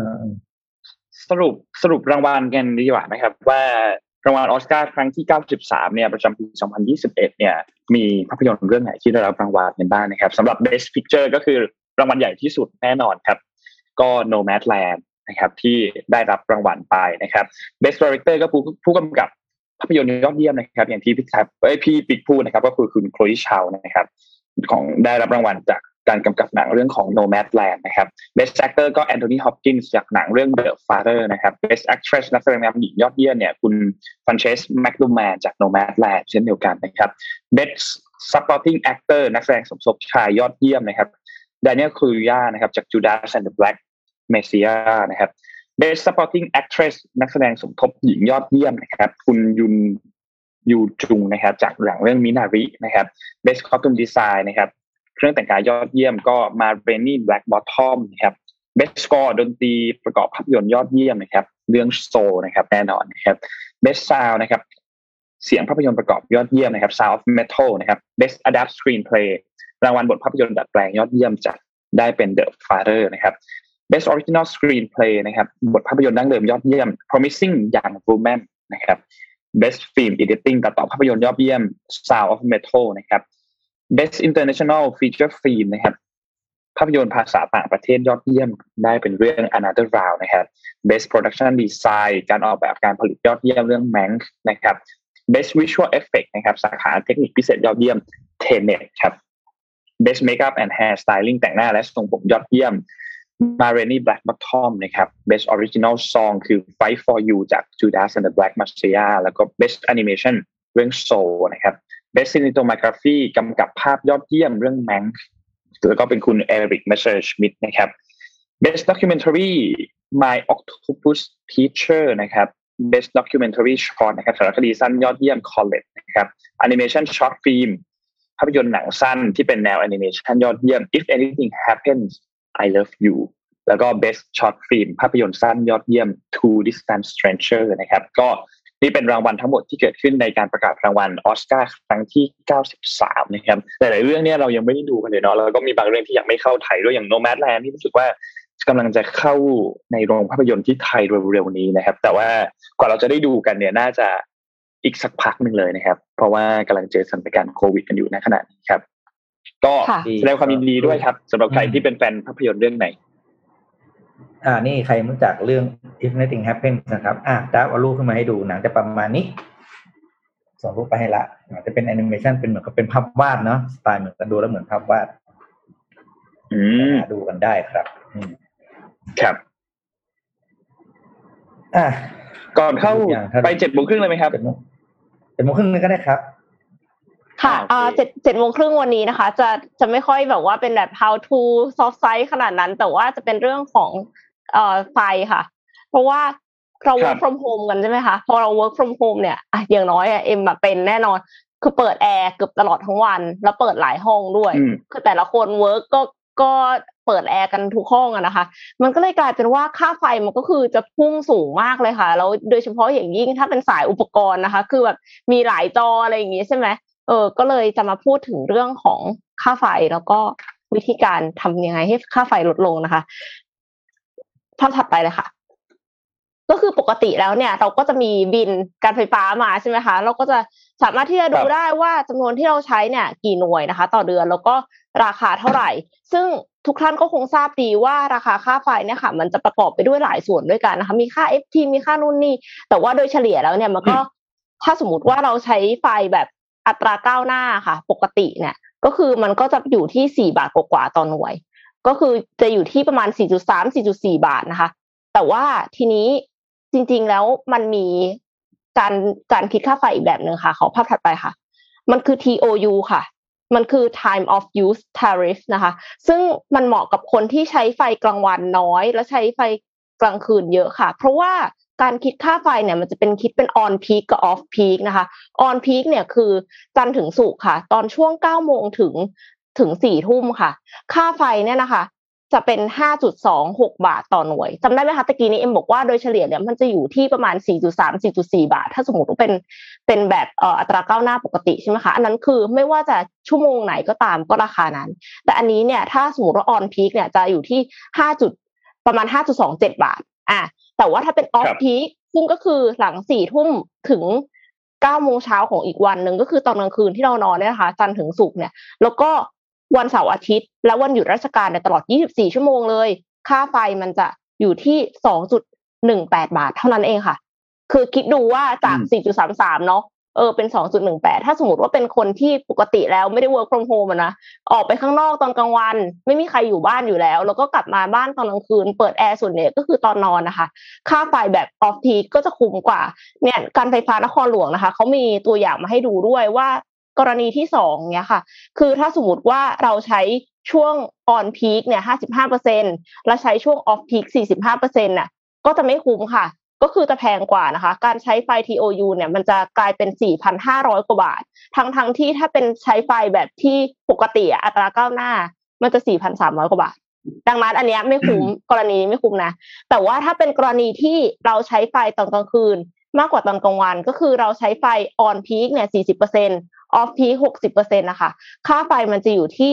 สรุปรางวัลกันดีกว่านะครับว่ารางวัลออสการ์ครั้งที่93เนี่ยประจำปี2021เนี่ยมีภาพยนตร์เรื่องไหนที่ได้รับรางวัลกันบ้างนะครับสำหรับ Best Picture ก็คือรางวัลใหญ่ที่สุดแน่นอนครับก็ Nomadland นะครับที่ได้รับรางวัลไปนะครับ Best Director ก็ผู้กำกับภาพยนตร์ยอดเยี่ยมนะครับอย่างที่พี่ปิ๊กพูดนะครับก็คือคุณโคลอีชาวนะครับของได้รับรางวัลจากการกำกับหนังเรื่องของ Nomadland นะครับ Best Actor ก็แอนโทนีฮอปกินส์จากหนังเรื่อง The Father นะครับ Best Actress นักแสดงนำหญิงยอดเยี่ยมเนี่ยคุณฟรานเชสแมคดูแมนจาก Nomadland เช่นเดียวกันนะครับ Best Supporting Actor นักแสดงสมทบชายยอดเยี่ยมนะครับ Daniel Kaluuya นะครับจาก Judas and the Black Messiah นะครับ Best Supporting Actress นักแสดงสมทบหญิงยอดเยี่ยมนะครับคุณยูจุงนะครับจากหนังเรื่องมินารินะครับ Best Costume Design นะครับเครื่องแต่งกายยอดเยี่ยมก็มาเรนนี่แบล็กบอททอมนะครับ Best Score ดนตรีประกอบภาพยนตร์ยอดเยี่ยมนะครับเรื่องโซนะครับแน่นอนนะครับ Best Sound นะครับเสียงภาพยนตร์ประกอบยอดเยี่ยมนะครับ Sound of Metal นะครับ Best Adapt Screenplay รางวัลบทภาพยนตร์ดัดแปลงยอดเยี่ยมจากได้เป็น The Father นะครับ Best Original Screenplay นะครับบทภาพยนตร์ดั้งเดิมยอดเยี่ยม Promising Young Woman นะครับ Best Film Editing ตัดต่อภาพยนตร์ยอดเยี่ยม Sound of Metal นะครับ Best International Feature Film นะครับภาพยนตร์ภาษาต่างประเทศยอดเยี่ยมได้เป็นเรื่อง Another Round นะครับ Best Production Design การออกแบบการผลิตยอดเยี่ยมเรื่อง Mank นะครับ Best Visual Effect นะครับสาขาเทคนิคพิเศษยอดเยี่ยม Tenet ครับ Best Makeup and Hair Styling แต่งหน้าและทรงผมยอดเยี่ยม Marnie Blackbottom นะครับ Best Original Song คือ Fight for You จาก Judas and the Black Messiah แล้วก็ Best Animation เรื่อง Soul นะครับ Best Cinematography กำกับภาพยอดเยี่ยมเรื่อง Mank แล้วก็เป็นคุณ Eric Messerschmidt นะครับ Best Documentary My Octopus Teacher นะครับ Best Documentary Short นะครับสารคดีสั้นยอดเยี่ยม Colette นะครับ Animation Short Film ภาพยนตร์หนังสั้นที่เป็นแนว Animation ยอดเยี่ยม If Anything Happens I Love You แล้วก็ Best Short Film ภาพยนตร์สั้นยอดเยี่ยม Two Distant Strangers นะครับก็นี่เป็นรางวัลทั้งหมดที่เกิดขึ้นในการประกาศรางวัลออสการ์ครั้งที่93นะครับหลายๆเรื่องเนี่ยเรายังไม่ได้ดูกันเลยเนาะแล้วก็มีบางเรื่องที่ยังไม่เข้าไทยด้วยอย่าง Nomadland ที่รู้สึกว่ากำลังจะเข้าในโรงภาพยนตร์ที่ไทยเร็วๆนี้นะครับแต่ว่ากว่าเราจะได้ดูกันเนี่ยน่าจะอีกสักพักนึงเลยนะครับเพราะว่ากำลังเจอสถานการณ์โควิดกันอยู่ในขณะนี้ครับก็แสดงความยินดีด้วยครับสำหรับใครที่เป็นแฟนภาพยนตร์เรื่องไหนนี่ใครรู้จักเรื่อง If Anything Happens นะครับดับเอารูปขึ้นมาให้ดูหนังจะประมาณนี้ส่งรูปไปให้ละจะเป็นแอนิเมชันเป็นเหมือนกับเป็นภาพวาดเนาะสไตล์เหมือนกันดูแล้วเหมือนภาพวาดดูกันได้ครับครับก่อนเข้าไป 7:30 เลยไหมครับ 7:30เลยก็ได้ครับค่ะ7:30วันนี้นะคะจะไม่ค่อยแบบว่าเป็นแบบ how to soft side ขนาดนั้นแต่ว่าจะเป็นเรื่องของไฟค่ะเพราะว่าเรา work from home กันใช่ไหมคะพอเรา work from home เนี่ยอย่างน้อยเอ็มเป็นแน่นอนคือเปิดแอร์เกือบตลอดทั้งวันแล้วเปิดหลายห้องด้วยคือแต่ละคน work ก็เปิดแอร์กันทุกห้องอะนะคะมันก็เลยกลายเป็นว่าค่าไฟมันก็คือจะพุ่งสูงมากเลยค่ะแล้วโดยเฉพาะอย่างยิ่งถ้าเป็นสายอุปกรณ์นะคะคือแบบมีหลายจออะไรอย่างงี้ใช่ไหมก็เลยจะมาพูดถึงเรื่องของค่าไฟแล้วก็วิธีการทำยังไงให้ค่าไฟลดลงนะคะภาพถัดไปเลยค่ะก็คือปกติแล้วเนี่ยเราก็จะมีบิลการไฟฟ้ามาใช่ไหมคะเราก็จะสามารถที่จะดูได้ว่าจำนวนที่เราใช้เนี่ยกี่หน่วยนะคะต่อเดือนแล้วก็ราคาเท่าไหร่ซึ่งทุกท่านก็คงทราบดีว่าราคาค่าไฟเนี่ยค่ะมันจะประกอบไปด้วยหลายส่วนด้วยกันนะคะมีค่า FT มีค่านู่นนี่แต่ว่าโดยเฉลี่ยแล้วเนี่ยมันก็ถ้าสมมติว่าเราใช้ไฟแบบอัตราก้าวหน้าค่ะปกติเนี่ยก็คือมันก็จะอยู่ที่4 บาทกว่าต่อหน่วยก็คือจะอยู่ที่ประมาณ 4.3 4.4 บาทนะคะแต่ว่าทีนี้จริงๆแล้วมันมีการคิดค่าไฟอีกแบบนึงค่ะขอภาพถัดไปค่ะมันคือ TOU ค่ะมันคือ time of use tariff นะคะซึ่งมันเหมาะกับคนที่ใช้ไฟกลางวันน้อยและใช้ไฟกลางคืนเยอะค่ะเพราะว่าการคิดค่าไฟเนี่ยมันจะเป็นคิดเป็น on peak กับ off peak นะคะ on peak เนี่ยคือจันทร์ถึงศุกร์ค่ะตอนช่วง 9 โมงถึง 4 ทุ่มค่ะค่าไฟเนี่ยนะคะจะเป็น 5.26 บาทต่อหน่วยจำได้ไหมคะตะกี้นี้เอ็มบอกว่าโดยเฉลี่ยเนี่ยมันจะอยู่ที่ประมาณ 4.3 4.4 บาทถ้าสมมติว่าเป็นแบบอัตราก้าวหน้าปกติใช่ไหมคะอันนั้นคือไม่ว่าจะชั่วโมงไหนก็ตามก็ราคานั้นแต่อันนี้เนี่ยถ้าสมมติว่า on peak เนี่ยจะอยู่ที่ประมาณ 5.27 บาทแต่ว่าถ้าเป็น off peak ซึ่งก็คือหลัง 4 ทุ่มถึง 9 โมงเช้าของอีกวันนึงก็คือตอนกลางคืนที่เรานอนเนี่ยนะคะจันทร์ถึงศุกร์เนี่ยแล้วก็วันเสาร์อาทิตย์และวันหยุดราชการในตลอด24ชั่วโมงเลยค่าไฟมันจะอยู่ที่ 2.18 บาทเท่านั้นเองค่ะคือคิดดูว่าจาก 4.33 เนาะเป็น 2.18 ถ้าสมมติว่าเป็นคนที่ปกติแล้วไม่ได้ work from home นะออกไปข้างนอกตอนกลางวันไม่มีใครอยู่บ้านอยู่แล้วแล้วก็กลับมาบ้านตอนกลางคืนเปิดแอร์ส่วนใหญ่ก็คือตอนนอนนะคะค่าไฟแบบ off peak ก็จะคุ้มกว่าเนี่ยการไฟฟ้านครหลวงนะคะเขามีตัวอย่างมาให้ดูด้วยว่ากรณีที่2เนี่ยค่ะคือถ้าสมมติว่าเราใช้ช่วง on peak เนี่ย 55% และใช้ช่วง off peak 45% น่ะก็จะไม่คุ้มค่ะก็คือจะแพงกว่านะคะการใช้ไฟ TOU เนี่ยมันจะกลายเป็น 4,500 กว่าบาททั้งที่ถ้าเป็นใช้ไฟแบบที่ปกติอัตราก้าวหน้ามันจะ 4,300 กว่าบาทดังนั้นอันเนี้ยไม่คุ้มกรณีไม่คุ้มนะแต่ว่าถ้าเป็นกรณีที่เราใช้ไฟตอนกลางคืนมากกว่าตอนกลางวันก็คือเราใช้ไฟ on peak เนี่ย 40% off peak 60% นะคะค่าไฟมันจะอยู่ที่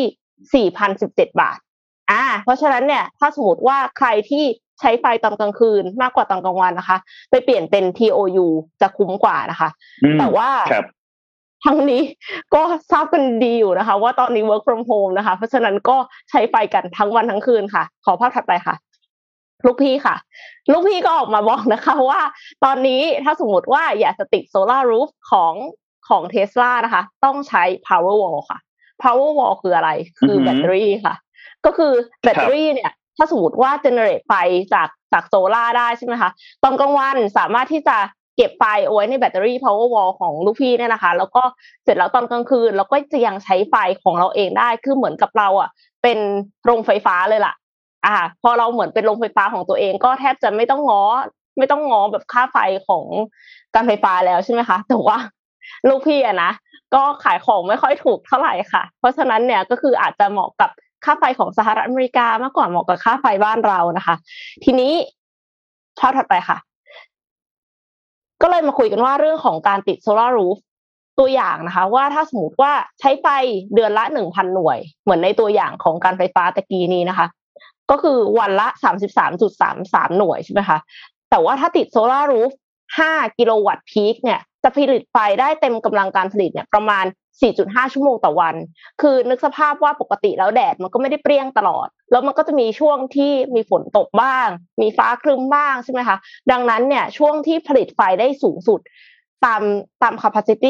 4,017 บาทเพราะฉะนั้นเนี่ยถ้าสมมติว่าใครที่ใช้ไฟตอนกลางคืนมากกว่าตอนกลางวันนะคะไปเปลี่ยนเป็น TOU จะคุ้มกว่านะคะแต่ว่าทั้งนี้ก็ทราบกันดีอยู่นะคะว่าตอนนี้ work from home นะคะเพราะฉะนั้นก็ใช้ไฟกันทั้งวันทั้งคืนค่ะขอภาพถัดไปค่ะลูกพี่ค่ะลูกพี่ก็ออกมาบอกนะคะว่าตอนนี้ถ้าสมมติว่าอยากจะติด solar roof ของ Tesla นะคะต้องใช้ Powerwall ค่ะ Powerwall คืออะไรคือแบตเตอรี่ค่ะก็คือแบตเตอรี่เนี่ยถ้าสมมติว่า generate ไฟจากโซล่าได้ใช่ไหมคะตอนกลางวันสามารถที่จะเก็บไฟเอาไว้ในแบตเตอรี่ Powerwall ของลูกพี่เนี่ยนะคะแล้วก็เสร็จแล้วตอนกลางคืนเราก็จะยังใช้ไฟของเราเองได้คือเหมือนกับเราเป็นโรงไฟฟ้าเลยล่ะพอเราเหมือนเป็นโรงไฟฟ้าของตัวเองก็แทบจะไม่ต้องง้อแบบค่าไฟของการไฟฟ้าแล้วใช่ไหมคะแต่ว่าลูกพี่นะก็ขายของไม่ค่อยถูกเท่าไหร่ค่ะเพราะฉะนั้นเนี่ยก็คืออาจจะเหมาะกับค่าไฟของสหรัฐอเมริกามากกว่าเหมาะกับค่าไฟบ้านเรานะคะทีนี้ภาพถัดไปค่ะก็เลยมาคุยกันว่าเรื่องของการติดโซลาร์รูฟตัวอย่างนะคะว่าถ้าสมมติว่าใช้ไฟเดือนละ 1,000 หน่วยเหมือนในตัวอย่างของการไฟฟ้าตะกี้นี้นะคะก็คือวันละ 33.33 หน่วยใช่ไหมคะแต่ว่าถ้าติดโซลาร์รูฟ5 กิโลวัตต์พีคเนี่ยจะผลิตไฟได้เต็มกำลังการผลิตเนี่ยประมาณ 4.5 ชั่วโมงต่อวันคือนึกสภาพว่าปกติแล้วแดดมันก็ไม่ได้เปรี้ยงตลอดแล้วมันก็จะมีช่วงที่มีฝนตกบ้างมีฟ้าครึ้มบ้างใช่ไหมคะดังนั้นเนี่ยช่วงที่ผลิตไฟได้สูงสุดตาม capacity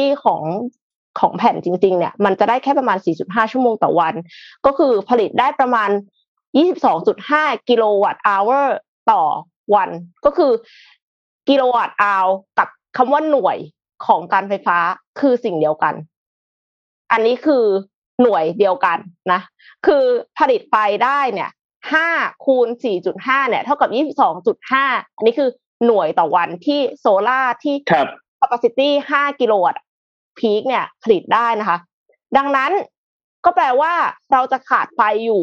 ของแผ่นจริงๆเนี่ยมันจะได้แค่ประมาณ 4.5 ชั่วโมงต่อวันก็คือผลิตได้ประมาณ 22.5 กิโลวัตต์อเวอร์ต่อวันก็คือกิโลวัตต์อาวกับคำว่าหน่วยของการไฟฟ้าคือสิ่งเดียวกันอันนี้คือหน่วยเดียวกันนะคือผลิตไฟได้เนี่ย5คูณ 4.5 เนี่ยเท่ากับ 22.5 อันนี้คือหน่วยต่อวันที่โซล่าที่ capacity 5 กิโลวัตต์พีคเนี่ยผลิตได้นะคะดังนั้นก็แปลว่าเราจะขาดไฟอยู่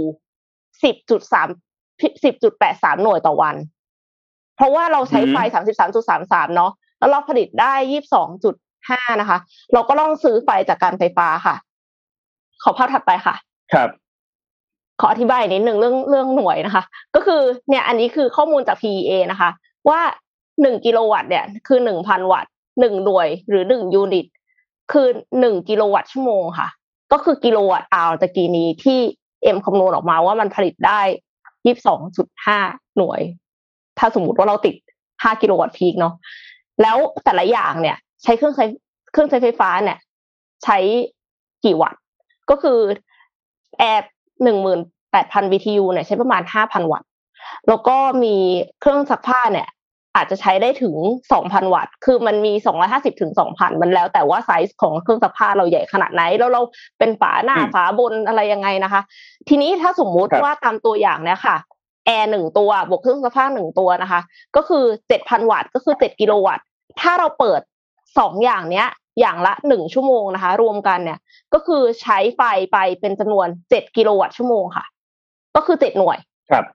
10.83 หน่วยต่อวันเพราะว่าเราใช้ไฟ 33.33 เนาะแล้วเราผลิตได้ 22.5 นะคะเราก็ต้องซื้อไฟจากการไฟฟ้าค่ะขอภาพถัดไปค่ะครับขออธิบายนิดนึงเรื่องหน่วยนะคะก็คือเนี่ยอันนี้คือข้อมูลจาก PEA นะคะว่า1กิโลวัตต์เนี่ยคือ 1,000 วัตต์1หน่วยหรือ1ยูนิตคือ1กิโลวัตต์ชั่วโมงค่ะก็คือกิโลวัตต์อาวตะกี้นี้ที่เอ็มคำนวณออกมาว่ามันผลิตได้ 22.5 หน่วยถ้าสมมุติว่าเราติด5กิโลวัตต์พีคเนาะแล้วแต่ละอย่างเนี่ยใช้เครื่องใช้ไฟฟ้าเนี่ยใช้กี่วัตต์ก็คือแอร์ 18,000 BTU เนี่ยใช้ประมาณ 5,000 วัตต์แล้วก็มีเครื่องซักผ้าเนี่ยอาจจะใช้ได้ถึง 2,000 วัตต์คือมันมี250ถึง 2,000 มันแล้วแต่ว่าไซส์ของเครื่องซักผ้าเราใหญ่ขนาดไหนแล้วเราเป็นฝาหน้าฝาบนอะไรยังไงนะคะทีนี้ถ้าสมมุติว่าตามตัวอย่างเนี่ยค่ะแอร์1ตัวบวกเครื่องซักผ้า1ตัวนะคะก็คือ 7,000 วัตต์ก็คือ7กิโลวัตต์ถ้าเราเปิด2อย่างเนี้ยอย่างละ1ชั่วโมงนะคะรวมกันเนี่ยก็คือใช้ไฟไปเป็นจำนวน7กิโลวัตต์ชั่วโมงค่ะก็คือ7หน่วยครับ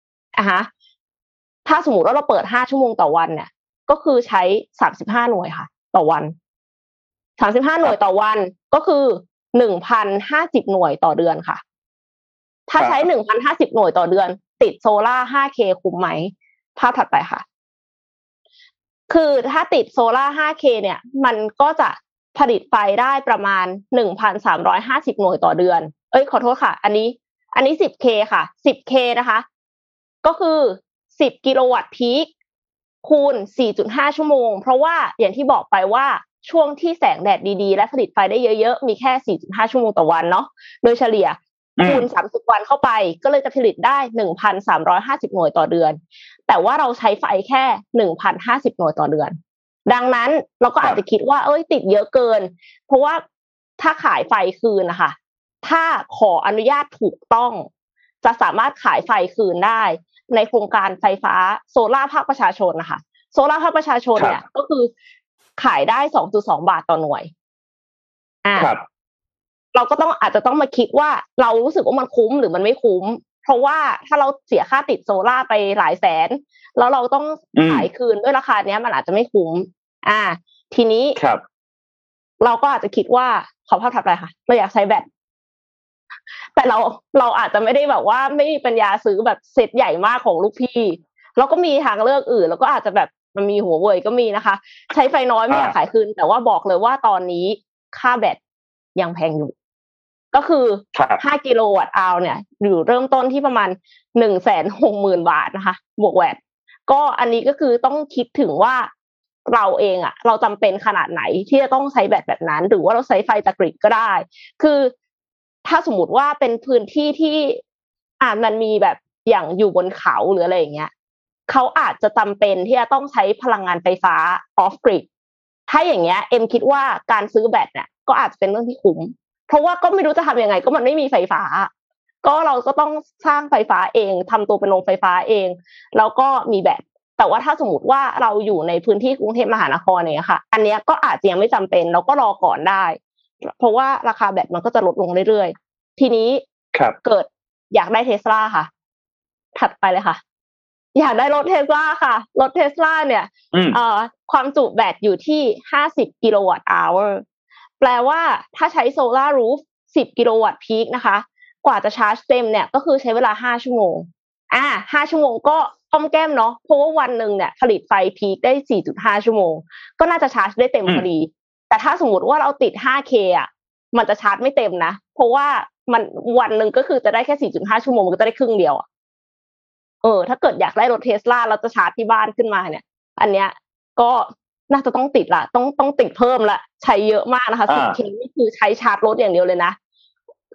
ถ้าสมมุติว่าเราเปิด5ชั่วโมงต่อวันเนี่ยก็คือใช้35หน่วยค่ะต่อวัน35หน่วยต่อวันก็คือ 1,050 หน่วยต่อเดือนค่ะถ้าใช้ 1,050 หน่วยต่อเดือนติดโซล่า 5K คุ้มไหมภาพถัดไปค่ะคือถ้าติดโซล่า 5K เนี่ยมันก็จะผลิตไฟได้ประมาณ 1,350 หน่วยต่อเดือนขอโทษค่ะอันนี้ 10K ค่ะ 10K นะคะก็คือ10กิโลวัตต์พีคคูณ 4.5 ชั่วโมงเพราะว่าอย่างที่บอกไปว่าช่วงที่แสงแดดดีๆและผลิตไฟได้เยอะๆมีแค่ 4.5 ชั่วโมงต่อวันเนาะโดยเฉลี่ยคูณ30วันเข้าไปก็เลยจะผลิตได้ 1,350 หน่วยต่อเดือนแต่ว่าเราใช้ไฟแค่ 1,050 หน่วยต่อเดือนดังนั้นเราก็อาจจะคิดว่าติดเยอะเกินเพราะว่าถ้าขายไฟคืนนะคะถ้าขออนุญาตถูกต้องจะสามารถขายไฟคืนได้ในโครงการไฟฟ้าโซล่าภาคประชาชนนะคะโซล่าภาคประชาชนเนี่ยก็คือขายได้ 2.2 บาทต่อหน่วยเราก็อาจจะต้องมาคิดว่าเรารู้สึกว่ามันคุ้มหรือมันไม่คุ้มเพราะว่าถ้าเราเสียค่าติดโซล่าไปหลายแสนแล้วเราต้องขายคืนด้วยราคาเนี้ยมันอาจจะไม่คุ้มทีนี้เราก็อาจจะคิดว่าขอภาพถัดไปค่ะเราอยากใช้แบตแต่เราอาจจะไม่ได้แบบว่าไม่มีปัญญาซื้อแบบเซตใหญ่มากของลูกพี่เราก็มีทางเลือกอื่นแล้วก็อาจจะแบบมันมีหัวเว่ยก็มีนะคะใช้ไฟน้อยไม่อยากขายคืนแต่ว่าบอกเลยว่าตอนนี้ค่าแบตยังแพงอยู่ก็คือ5กิโลวัตต์อาวเนี่ยอยู่เริ่มต้นที่ประมาณ 160,000 บาทนะคะบวกแวตก็อันนี้ก็คือต้องคิดถึงว่าเราเองเราจำเป็นขนาดไหนที่จะต้องใช้แบตแบบนั้นหรือว่าเราใช้ไฟจากกริดก็ได้คือถ้าสมมติว่าเป็นพื้นที่ที่มันมีแบบอย่างอยู่บนเขาหรืออะไรอย่างเงี้ยเขาอาจจะจำเป็นที่จะต้องใช้พลังงานไฟฟ้าออฟกริดถ้าอย่างเงี้ยเอ็มคิดว่าการซื้อแบตเนี่ยก็อาจจะเป็นเรื่องที่คุ้มเพราะว่าก็ไม่รู้จะทำยังไงก็มันไม่มีไฟฟ้าก็เราก็ต้องสร้างไฟฟ้าเองทำตัวเป็นโรงไฟฟ้าเองแล้วก็มีแบตแต่ว่าถ้าสมมติว่าเราอยู่ในพื้นที่กรุงเทพมหานครเนี่ยค่ะอันเนี้ยก็อาจจะยังไม่จำเป็นเราก็รอก่อนได้เพราะว่าราคาแบตมันก็จะลดลงเรื่อยๆทีนี้เกิดอยากได้ Tesla ค่ะถัดไปเลยค่ะอยากได้รถ Tesla ค่ะรถ Tesla เนี่ยความจุแบตอยู่ที่50กิโลวัตต์อเวอร์แปลว่าถ้าใช้โซล่ารูฟ10กิโลวัตต์พีคนะคะกว่าจะชาร์จเต็มเนี่ยก็คือใช้เวลา5ชั่วโมง5ชั่วโมงก็ก้อมแก้มเนาะเพราะว่าวันนึงเนี่ยผลิตไฟพีคได้ 4.5 ชั่วโมงก็น่าจะชาร์จได้เต็มพอดีแต่ถ้าสมมุติว่าเราติด 5K มันจะชาร์จไม่เต็มนะเพราะว่ามันวันนึงก็คือจะได้แค่ 4.5 ชั่วโมงมันก็จะได้ครึ่งเดียวถ้าเกิดอยากได้รถ Tesla เราจะชาร์จที่บ้านขึ้นมาเนี่ยอันเนี้ยก็น่าจะต้องติดละต้องติดเพิ่มละใช้เยอะมากนะคะ10Kนี่คือใช้ชาร์จรถอย่างเดียวเลยนะ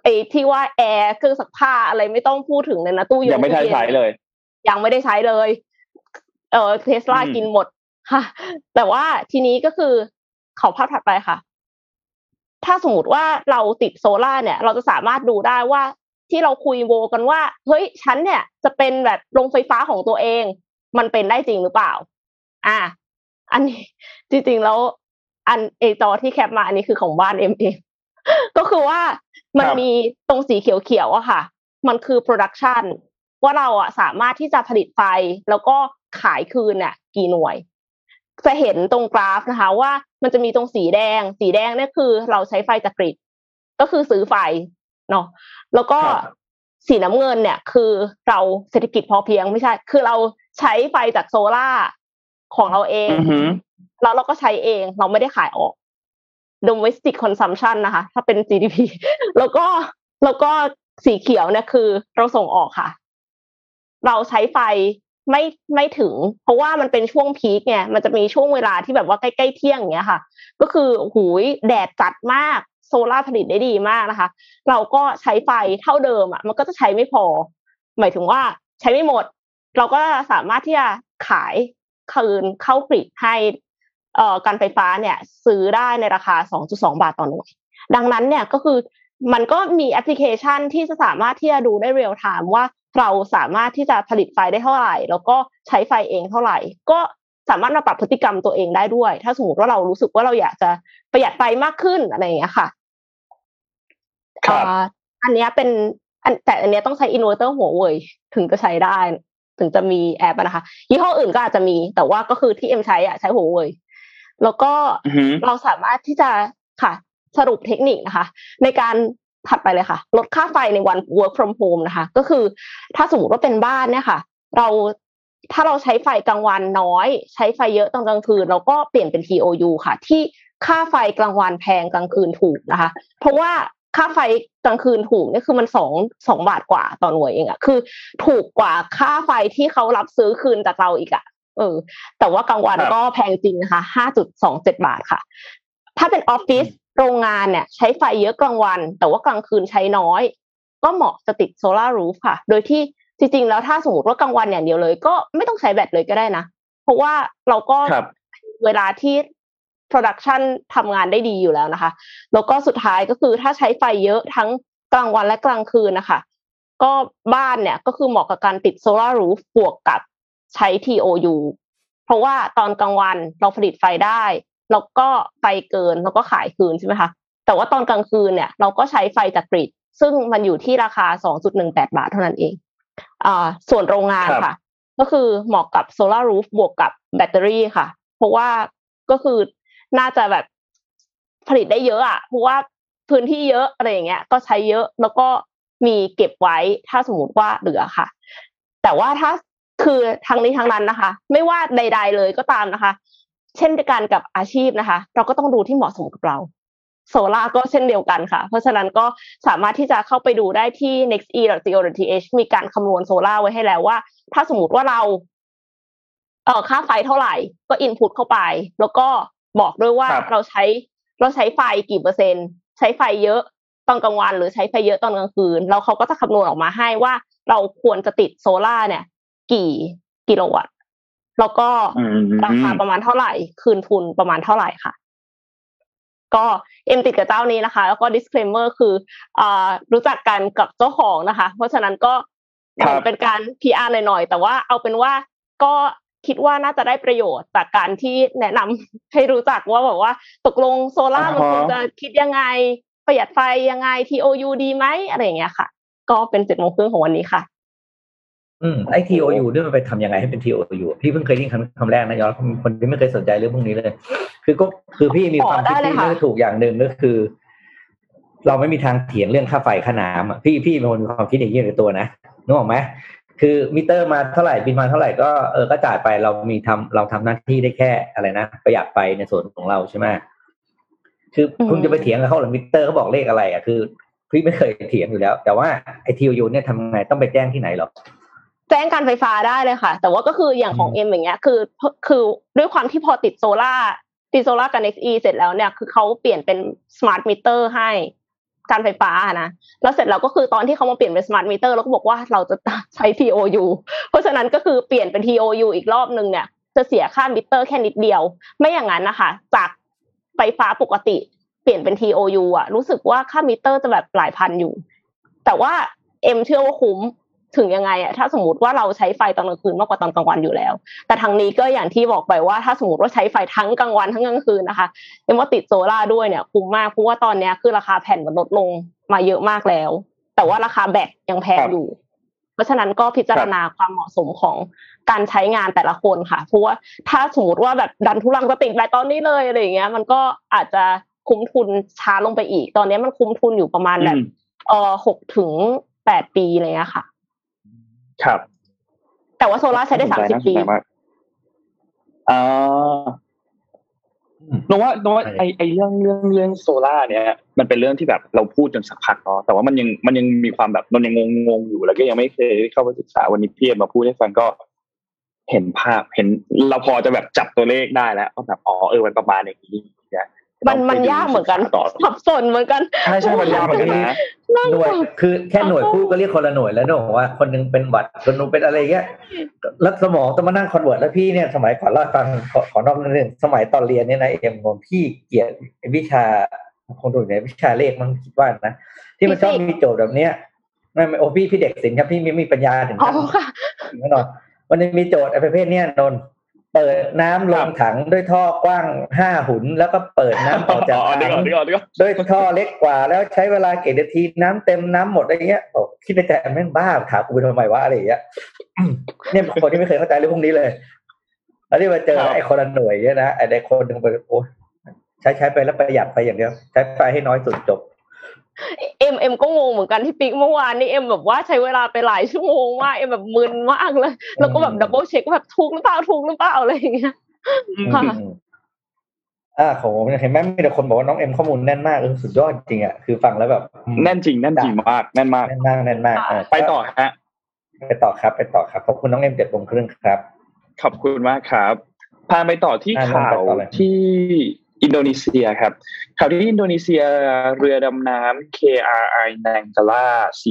ไอ้ที่ว่าแอร์เครื่องซักผ้าอะไรไม่ต้องพูดถึงเลยนะตู้เย็นยังไม่ได้ใช้เลยยังไม่ได้ใช้เลยTesla กินหมดค่ะแต่ว่าทีนี้ก็คือขอภาพถัดไปค่ะถ้าสมมติว่าเราติดโซล่าเนี่ยเราจะสามารถดูได้ว่าที่เราคุยโวกันว่าเฮ้ยฉันเนี่ยจะเป็นแบบโรงไฟฟ้าของตัวเองมันเป็นได้จริงหรือเปล่าอันนี้จริงๆแล้วจอที่แคปมาอันนี้คือของบ้านเองก็คือว่ามันมีตรงสีเขียวๆอะค่ะมันคือ production ว่าเราอะสามารถที่จะผลิตไฟแล้วก็ขายคืนเนี่ยกี่หน่วยจะเห็นตรงกราฟนะคะว่ามันจะมีตรงสีแดงเนี่ยคือเราใช้ไฟจากกริดก็คือซื้อไฟเนาะแล้วก็สีน้ำเงินเนี่ยคือเราเศรษฐกิจพอเพียงไม่ใช่คือเราใช้ไฟจากโซล่าของเราเองแล้วเราก็ใช้เองเราไม่ได้ขายออก domestic consumption นะคะถ้าเป็น GDP แล้วก็สีเขียวเนี่ยคือเราส่งออกค่ะเราใช้ไฟไม่ถึงเพราะว่ามันเป็นช่วงพีคไงมันจะมีช่วงเวลาที่แบบว่าใกล้ๆเที่ยงอย่างเงี้ยค่ะก็คือหูยแดดจัดมากโซล่าผลิตได้ดีมากนะคะเราก็ใช้ไฟเท่าเดิมอ่ะมันก็จะใช้ไม่พอหมายถึงว่าใช้ไม่หมดเราก็สามารถที่จะขายคืนเข้ากริดให้การไฟฟ้าเนี่ยซื้อได้ในราคา 2.2 บาทต่อหน่วยดังนั้นเนี่ยก็คือมันก็มีแอปพลิเคชันที่จะสามารถที่จะดูได้เรียลไทม์ว่าเราสามารถที่จะผลิตไฟได้เท่าไหร่แล้วก็ใช้ไฟเองเท่าไหร่ก็สามารถมาปรับพฤติกรรมตัวเองได้ด้วยถ้าสมมติว่าเรารู้สึกว่าเราอยากจะประหยัดไฟมากขึ้นอะไรอย่างเงี้ยค่ะอันนี้เป็นแต่อันนี้ต้องใช้อินเวอร์เตอร์หัวเว่ยถึงจะใช้ได้ถึงจะมีแอปนะคะยี่ห้ออื่นก็อาจจะมีแต่ว่าก็คือที่เอ็มใช้ใช้หัวเว่ยแล้วก็เราสามารถที่จะค่ะสรุปเทคนิคนะคะในการถัดไปเลยค่ะลดค่าไฟในวัน work from home นะคะก็คือถ้าสมมติว่าเป็นบ้านเนี่ยค่ะถ้าเราใช้ไฟกลางวันน้อยใช้ไฟเยอะตอนกลางคืนเราก็เปลี่ยนเป็น TOU ค่ะที่ค่าไฟกลางวันแพงกลางคืนถูกนะคะเพราะว่าค่าไฟกลางคืนถูกเนี่ยคือมัน2 บาทกว่าต่อหน่วยเองอะคือถูกกว่าค่าไฟที่เขารับซื้อคืนจากเราอีกอะแต่ว่ากลางวันก็แพงจริงนะคะ 5.27 บาทค่ะถ้าเป็นออฟฟิศโรงงานเนี่ยใช้ไฟเยอะกลางวันแต่ว่ากลางคืนใช้น้อยก็เหมาะจะติดโซล่ารูฟค่ะโดยที่จริงๆแล้วถ้าสมมติว่ากลางวันอย่างเดียวเลยก็ไม่ต้องใช้แบตเลยก็ได้นะเพราะว่าเราก็เวลาที่ production ทำงานได้ดีอยู่แล้วนะคะแล้วก็สุดท้ายก็คือถ้าใช้ไฟเยอะทั้งกลางวันและกลางคืนนะคะก็บ้านเนี่ยก็คือเหมาะกับการติดโซล่ารูฟบวกกับใช้ TOU เพราะว่าตอนกลางวันเราผลิตไฟได้แล้วก็ไฟเกินแล้วก็ขายคืนใช่ไหมคะแต่ว่าตอนกลางคืนเนี่ยเราก็ใช้ไฟจากกริดซึ่งมันอยู่ที่ราคา 2.18 บาทเท่านั้นเองส่วนโรงงานค่ะก็คือเหมาะกับโซล่ารูฟบวกกับแบตเตอรี่ค่ะเพราะว่าก็คือน่าจะแบบผลิตได้เยอะอ่ะเพราะว่าพื้นที่เยอะอะไรอย่างเงี้ยก็ใช้เยอะแล้วก็มีเก็บไว้ถ้าสมมติว่าเหลือค่ะแต่ว่าถ้าคือทั้งนี้ทั้งนั้นนะคะไม่ว่าใดๆเลยก็ตามนะคะเช่นเดียวกันกับอาชีพนะคะเราก็ต้องดูที่เหมาะสมกับเราโซล่าก็เช่นเดียวกันค่ะเพราะฉะนั้นก็สามารถที่จะเข้าไปดูได้ที่ nexte.co.th มีการคำนวณโซล่าไว้ให้แล้วว่าถ้าสมมติว่าเราค่าไฟเท่าไหร่ก็อินพุตเข้าไปแล้วก็บอกด้วยว่าเราใช้ไฟกี่เปอร์เซ็นต์ใช้ไฟเยอะตอนกลางวันหรือใช้ไฟเยอะตอนกลางคืนแล้วเขาก็จะคำนวณออกมาให้ว่าเราควรจะติดโซล่าเนี่ยกี่กิโลวัตต์แล้วก็ราคาประมาณเท่าไหร่คืนทุนประมาณเท่าไหร่ค่ะก็เอ็มติดกับเจ้านี้นะคะแล้วก็ disclaimer คือรู้จักกันกับเจ้าของนะคะเพราะฉะนั้นก็เป็นการ PR หน่อยๆแต่ว่าเอาเป็นว่าก็คิดว่าน่าจะได้ประโยชน์จากการที่แนะนำให้รู้จักว่าแบบว่าตกลงโซล่ามันควรจะคิดยังไงประหยัดไฟยังไง TOU ดีไหมอะไรอย่างเงี้ยค่ะก็เป็น 7:30 น.ของวันนี้ค่ะไอ้ TOU ด้วยมันไปทำยังไงให้เป็น TOU พี่เพิ่งเคยได้ยินคำแรกนะย้อนคนที่ไม่เคยสนใจเรื่องพวกนี้เลยคือพี่มีความคิดที่ไม่ถูกอย่างหนึ่งก็คือ เราไม่มีทางเถียงเรื่องค่าไฟค่าน้ำอ่ะพี่เป็นคนมีความคิดอย่างนี้ในตัวนะนึกออกไหมคือมิเตอร์มาเท่าไหร่บินมาเท่าไหร่ก็ก็จ่ายไปเราทำหน้าที่ได้แค่อะไรนะประหยัดไฟในส่วนของเราใช่ไหมคือคุณจะไปเถียงกับเขาหรือมิเตอร์เขาบอกเลขอะไรอ่ะคือพี่ไม่เคยเถียงอยู่แล้วแต่ว่าไอ้ TOU เนี่ยทำไงต้องไปแจ้งที่ไหนหรอแจ้งการไฟฟ้าได้เลยค่ะแต่ว่าก็คืออย่างของเอ็มอย่างเงี้ยคือด้วยความที่พอติดโซล่ากับ NextE เสร็จแล้วเนี่ยคือเขาเปลี่ยนเป็น smart meter ให้การไฟฟ้านะแล้วเสร็จแล้วก็คือตอนที่เขามาเปลี่ยนเป็น smart meter แล้วก็บอกว่าเราจะใช้ TOU เพราะฉะนั้นก็คือเปลี่ยนเป็น TOU อีกรอบนึงเนี่ยจะเสียค่ามิเตอร์แค่นิดเดียวไม่อย่างนั้นนะคะจากไฟฟ้าปกติเปลี่ยนเป็น TOU อ่ะรู้สึกว่าค่ามิเตอร์จะแบบหลายพันอยู่แต่ว่าเชื่อว่าคุ้มถึงยังไงอ่ะถ้าสมมติว่าเราใช้ไฟตอนกลางคืนมากกว่าตอนกลางวันอยู่แล้วแต่ทางนี้ก็อย่างที่บอกไปว่าถ้าสมมติว่าใช้ไฟทั้งกลางวันทั้งกลางคืนนะคะว่าติดโซล่าด้วยเนี่ยคุ้มมากเพราะว่าตอนนี้คือราคาแผ่นมันลดลงมาเยอะมากแล้วแต่ว่าราคาแบตยังแพงอยู่เพราะฉะนั้นก็พิจารณาความเหมาะสมของการใช้งานแต่ละคนค่ะเพราะว่าถ้าสมมติว่าแบบดันทุลังจะติดแบตตอนนี้เลยอะไรอย่างเงี้ยมันก็อาจจะคุ้มทุนช้าลงไปอีกตอนนี้มันคุ้มทุนอยู่ประมาณแบบ6 ถึง 8 ปีอะไรเงี้ยค่ะครับแต่ว่าโซล่าใช้ได้30 ปีน้องว่าไอเรื่องโซล่าเนี่ยมันเป็นเรื่องที่แบบเราพูดจนสักพักเนาะแต่ว่ามันยังมีความแบบนนยังงงอยู่แล้วก็ยังไม่เคยเข้าไปศึกษาวันนี้พี่มาพูดให้ฟังก็เห็นภาพเห็นเราพอจะแบบจับตัวเลขได้แล้วก็แบบมันประมาณอย่างนี้มันยากเหมือนกันสับสนเหมือนกันใช่มันยากเหมือนกันนะหน่วยคือแค่หน่วยพูดก็เรียกคนละหน่วยแล้วเนอะว่าคนนึงเป็นวัตต์คนนึงเป็นอะไรเงี้ยแล้วสมองต้องมานั่งคอนเวิร์ตแล้วพี่เนี่ยสมัยก่อนเล่าให้ฟังขอนอกนิดนึงสมัยตอนเรียนเนี่ยนะงงพี่เกลียดวิชาคงดูในวิชาเลขมันคิดว่านะที่มันชอบมีโจทย์แบบเนี้ยไม่พี่เด็กศิลป์ครับพี่ไม่มีปัญญาถึงขั้นแน่นอนวันนี้มีโจทย์ประเภทเนี้ยนนเปิดน้ำลงถังด้วยท่อกว้าง5 หุนแล้วก็เปิดน้ำออกจากถังด้วยท่อเล็กกว่าแล้วใช้เวลากี่นาทีน้ำเต็มน้ำหมดอะไรเงี้ยคิดในใจแม่งบ้าถามกูไปทำไมวะอะไรอย่างเงี้ยเนี่ยคนที่ไม่เคยเข้าใจเรื่องพวกนี้เลยแล้วที่มาเจอไอ้คนละหน่วยเนี่ยนะไอ้คนนึงไปโอ้ใช้ไปแล้วประหยัดไปอย่างเดียวใช้ไฟให้น้อยสุดจบก็งงเหมือนกันที่ปิ๊กเมื่อวานนี้แบบว่าใช้เวลาไปหลายชั่วโมงมากแบบมึนมากเลยแล้วก็แบบดับเบิลเช็คแบบถูกหรือเปล่าอะไรอย่างเงี้ยค่ะของผมเห็นไหมมีแต่คนบอกว่าน้องข้อมูลแน่นมากสุดยอดจริงอ่ะคือฟังแล้วแบบแน่นจริงมากแน่นมากไปต่อฮะไปต่อครับขอบคุณน้อง7 โมงครึ่งครับขอบคุณมากครับพาไปต่อที่ข่าวที่อินโดนีเซียครับข่าวที่อินโดนีเซียเรือดำน้ำ KRI Nanggala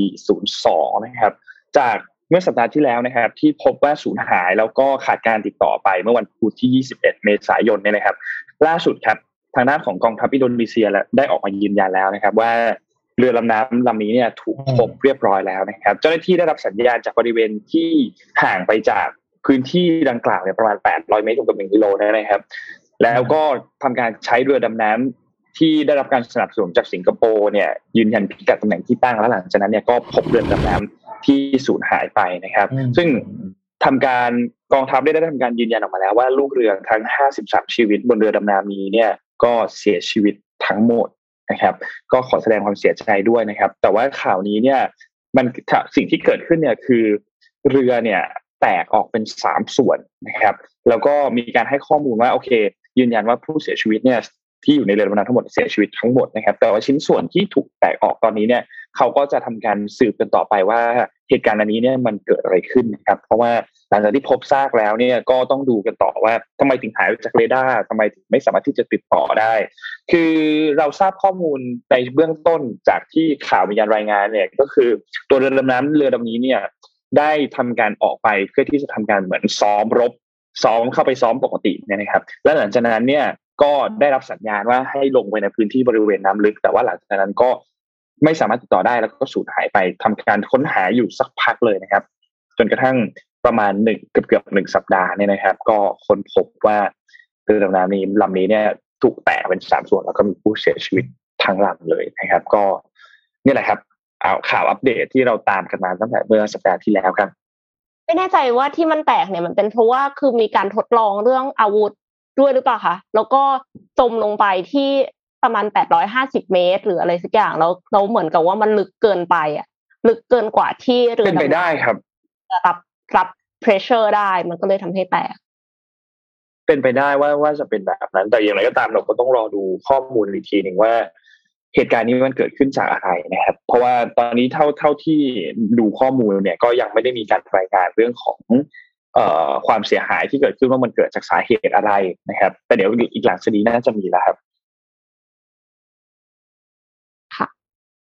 402นะครับจากเมื่อสัปดาห์ที่แล้วนะครับที่พบว่าสูญหายแล้วก็ขาดการติดต่อไปเมื่อวันพุธที่21 เมษายนเนี่ยนะครับล่าสุดครับทางด้านของกองทัพอินโดนีเซียได้ออกมายืนยันแล้วนะครับว่าเรือดำน้ำลำนี้เนี่ยถูกพบเรียบร้อยแล้วนะครับเจ้าหน้าที่ได้รับสัญญาณจากบริเวณที่ห่างไปจากพื้นที่ดังกล่าวเนี่ยประมาณ800 เมตรกับ1 กิโลนะครับแล้วก็ทำการใช้เรือดำน้ำที่ได้รับการสนับสนุนจากสิงคโปร์เนี่ยยืนยันพิกัดตำแหน่งที่ตั้งแล้วหลังจากนั้นเนี่ยก็พบเรือดำน้ำที่สูญหายไปนะครับซึ่งทำการกองทัพได้ทำการยืนยันออกมาแล้วว่าลูกเรือทั้ง53ชีวิตบนเรือดำน้ำนี้เนี่ยก็เสียชีวิตทั้งหมดนะครับก็ขอแสดงความเสียใจด้วยนะครับแต่ว่าข่าวนี้เนี่ยมันสิ่งที่เกิดขึ้นเนี่ยคือเรือเนี่ยแตกออกเป็น3 ส่วนนะครับแล้วก็มีการให้ข้อมูลว่าโอเคยืนยันว่าผู้เสียชีวิตเนี่ยที่อยู่ในเรือดำน้ำทั้งหมดเสียชีวิตทั้งหมดนะครับแต่ว่าชิ้นส่วนที่ถูกแตกออกตอนนี้เนี่ยเขาก็จะทำการสืบกันต่อไปว่าเหตุการณ์อันนี้เนี่ยมันเกิดอะไรขึ้นนะครับเพราะว่าหลังจากที่พบซากแล้วเนี่ยก็ต้องดูกันต่อว่าทำไมถึงหายจากเรดาร์ทำไมถึงไม่สามารถที่จะติดต่อได้คือเราทราบข้อมูลในเบื้องต้นจากที่ข่าวมีการรายงานเนี่ยก็คือตัวเรือดำน้ำเรือลำนี้เนี่ยได้ทำการออกไปเพื่อที่จะทำการเหมือนซ้อมเข้าไปซ้อมปกติเนี่ยนะครับและหลังจากนั้นเนี่ยก็ได้รับสัญญาณว่าให้ลงไปในพื้นที่บริเวณน้ำลึกแต่ว่าหลังจากนั้นก็ไม่สามารถติดต่อได้แล้วก็สูญหายไปทำการค้นหาอยู่สักพักเลยนะครับจนกระทั่งประมาณเกือบ1 สัปดาห์เนี่ยนะครับก็ค้นพบว่าเรือดำน้ำนี้ลำนี้เนี่ยถูกแตกเป็น3 ส่วนแล้วก็มีผู้เสียชีวิตทั้งลำเลยนะครับก็นี่แหละครับเอาข่าวอัปเดตที่เราตามกันมาตั้งแต่เมื่อสัปดาห์ที่แล้วครับไม่แน่ใจว่าที่มันแตกเนี่ยมันเป็นเพราะว่าคือมีการทดลองเรื่องอาวุธด้วยหรือเปล่าคะแล้วก็จมลงไปที่ประมาณ850 เมตรหรืออะไรสักอย่างแล้วเราเหมือนกับว่ามันลึกเกินไปอ่ะลึกเกินกว่าที่เรือเป็นไปได้ครับรับ pressure ได้มันก็เลยทำให้แตกเป็นไปได้ว่าจะเป็นแบบนั้นแต่อย่างไรก็ตามเราก็ต้องรอดูข้อมูลอีกทีนึงว่าเหตุการณ์นี้มันเกิดขึ้นจากอะไรนะครับเพราะว่าตอนนี้เท่าที่ดูข้อมูลเนี่ยก็ยังไม่ได้มีการรายงานเรื่องของความเสียหายที่เกิดขึ้นว่ามันเกิดจากสาเหตุอะไรนะครับแต่เดี๋ยวอีกหลังจากนี้น่าจะมีแล้วครับค่ะ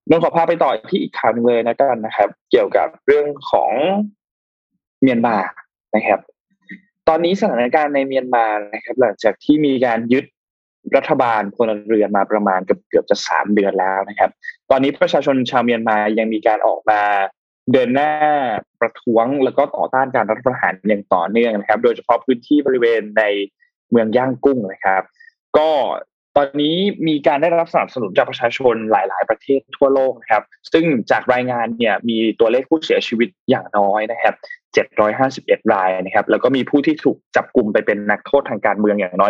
นนขอพาไปต่อที่อีกข่าวนึงเลยนะครับเกี่ยวกับเรื่องของเมียนมานะครับตอนนี้สถานการณ์ในเมียนมานะครับหลังจากที่มีการยึดรัฐบาลพลเรือนมาประมาณเกือบจะ3 เดือนแล้วนะครับตอนนี้ประชาชนชาวเมียนมายังมีการออกมาเดินหน้าประท้วงแล้วก็ต่อต้านการรัฐประหารอย่างต่อเนื่องนะครับโดยเฉพาะพื้นที่บริเวณในเมืองย่างกุ้งนะครับก็ตอนนี้มีการได้รับสนับสนุนจากประชาชนหลายๆประเทศทั่วโลกนะครับซึ่งจากรายงานเนี่ยมีตัวเลขผู้เสียชีวิตอย่างน้อยนะครับ751 รายนะครับแล้วก็มีผู้ที่ถูกจับกุมไปเป็นนักโทษทางการเมืองอย่างน้อย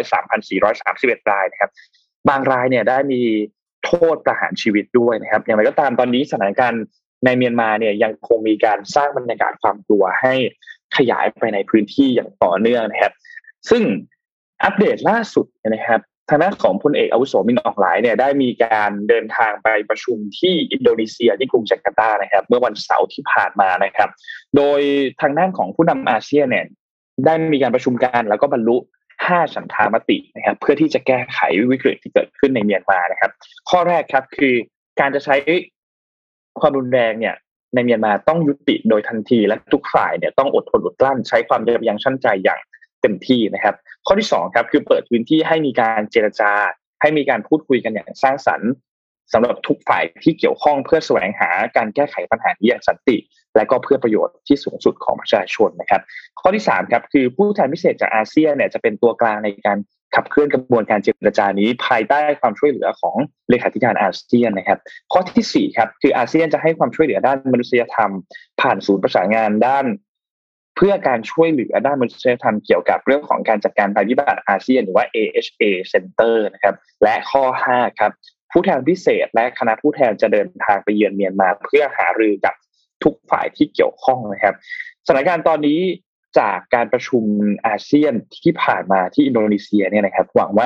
3,431 รายนะครับบางรายเนี่ยได้มีโทษประหารชีวิตด้วยนะครับอย่างไรก็ตามตอนนี้สถานการณ์ในเมียนมาเนี่ยยังคงมีการสร้างบรรยากาศความกลัวให้ขยายไปในพื้นที่อย่างต่อเนื่องนะครับซึ่งอัปเดตล่าสุดนะครับทางด้านของพลเอกอาวุโสมินอองหลายเนี่ยได้มีการเดินทางไปประชุมที่อินโดนีเซียที่กรุงจาการ์ตานะครับเมื่อวันเสาร์ที่ผ่านมานะครับโดยทางด้านของผู้นำอาเซียนเนี่ยได้มีการประชุมกันแล้วก็บรรลุ5 ฉันทามตินะครับเพื่อที่จะแก้ไขวิกฤตที่เกิดขึ้นในเมียนมานะครับข้อแรกครับคือการจะใช้ความรุนแรงเนี่ยในเมียนมาต้องยุติโดยทันทีและทุกฝ่ายเนี่ยต้องอดทนอดกลั้นใช้ความยับยั้งชั่งใจอย่างเต็มที่นะครับข้อที่2ครับคือเปิดพื้นที่ให้มีการเจรจาให้มีการพูดคุยกันอย่างสร้างสรรค์สำหรับทุกฝ่ายที่เกี่ยวข้องเพื่อแสวงหาการแก้ไขปัญหานี้อย่างสันติและก็เพื่อประโยชน์ที่สูงสุดของประชาชนนะครับข้อที่3ครับคือผู้แทนพิเศษจากอาเซียนเนี่ยจะเป็นตัวกลางในการขับเคลื่อนกระบวนการเจรจานี้ภายใต้ความช่วยเหลือของเลขาธิการอาเซียนนะครับข้อที่4ครับคืออาเซียนจะให้ความช่วยเหลือด้านมนุษยธรรมผ่านศูนย์ประสานงานด้านเพื่อการช่วยเหลือด้านมนุษยธรรมเกี่ยวกับเรื่องของการจัดการภัยพิบัติอาเซียนหรือว่า AHA Center นะครับและข้อ5ครับผู้แทนพิเศษและคณะผู้แทนจะเดินทางไปเยือนเมียนมาเพื่อหารือกับทุกฝ่ายที่เกี่ยวข้องนะครับสถานการณ์ตอนนี้จากการประชุมอาเซียนที่ผ่านมาที่อินโดนีเซียเนี่ยนะครับหวังว่า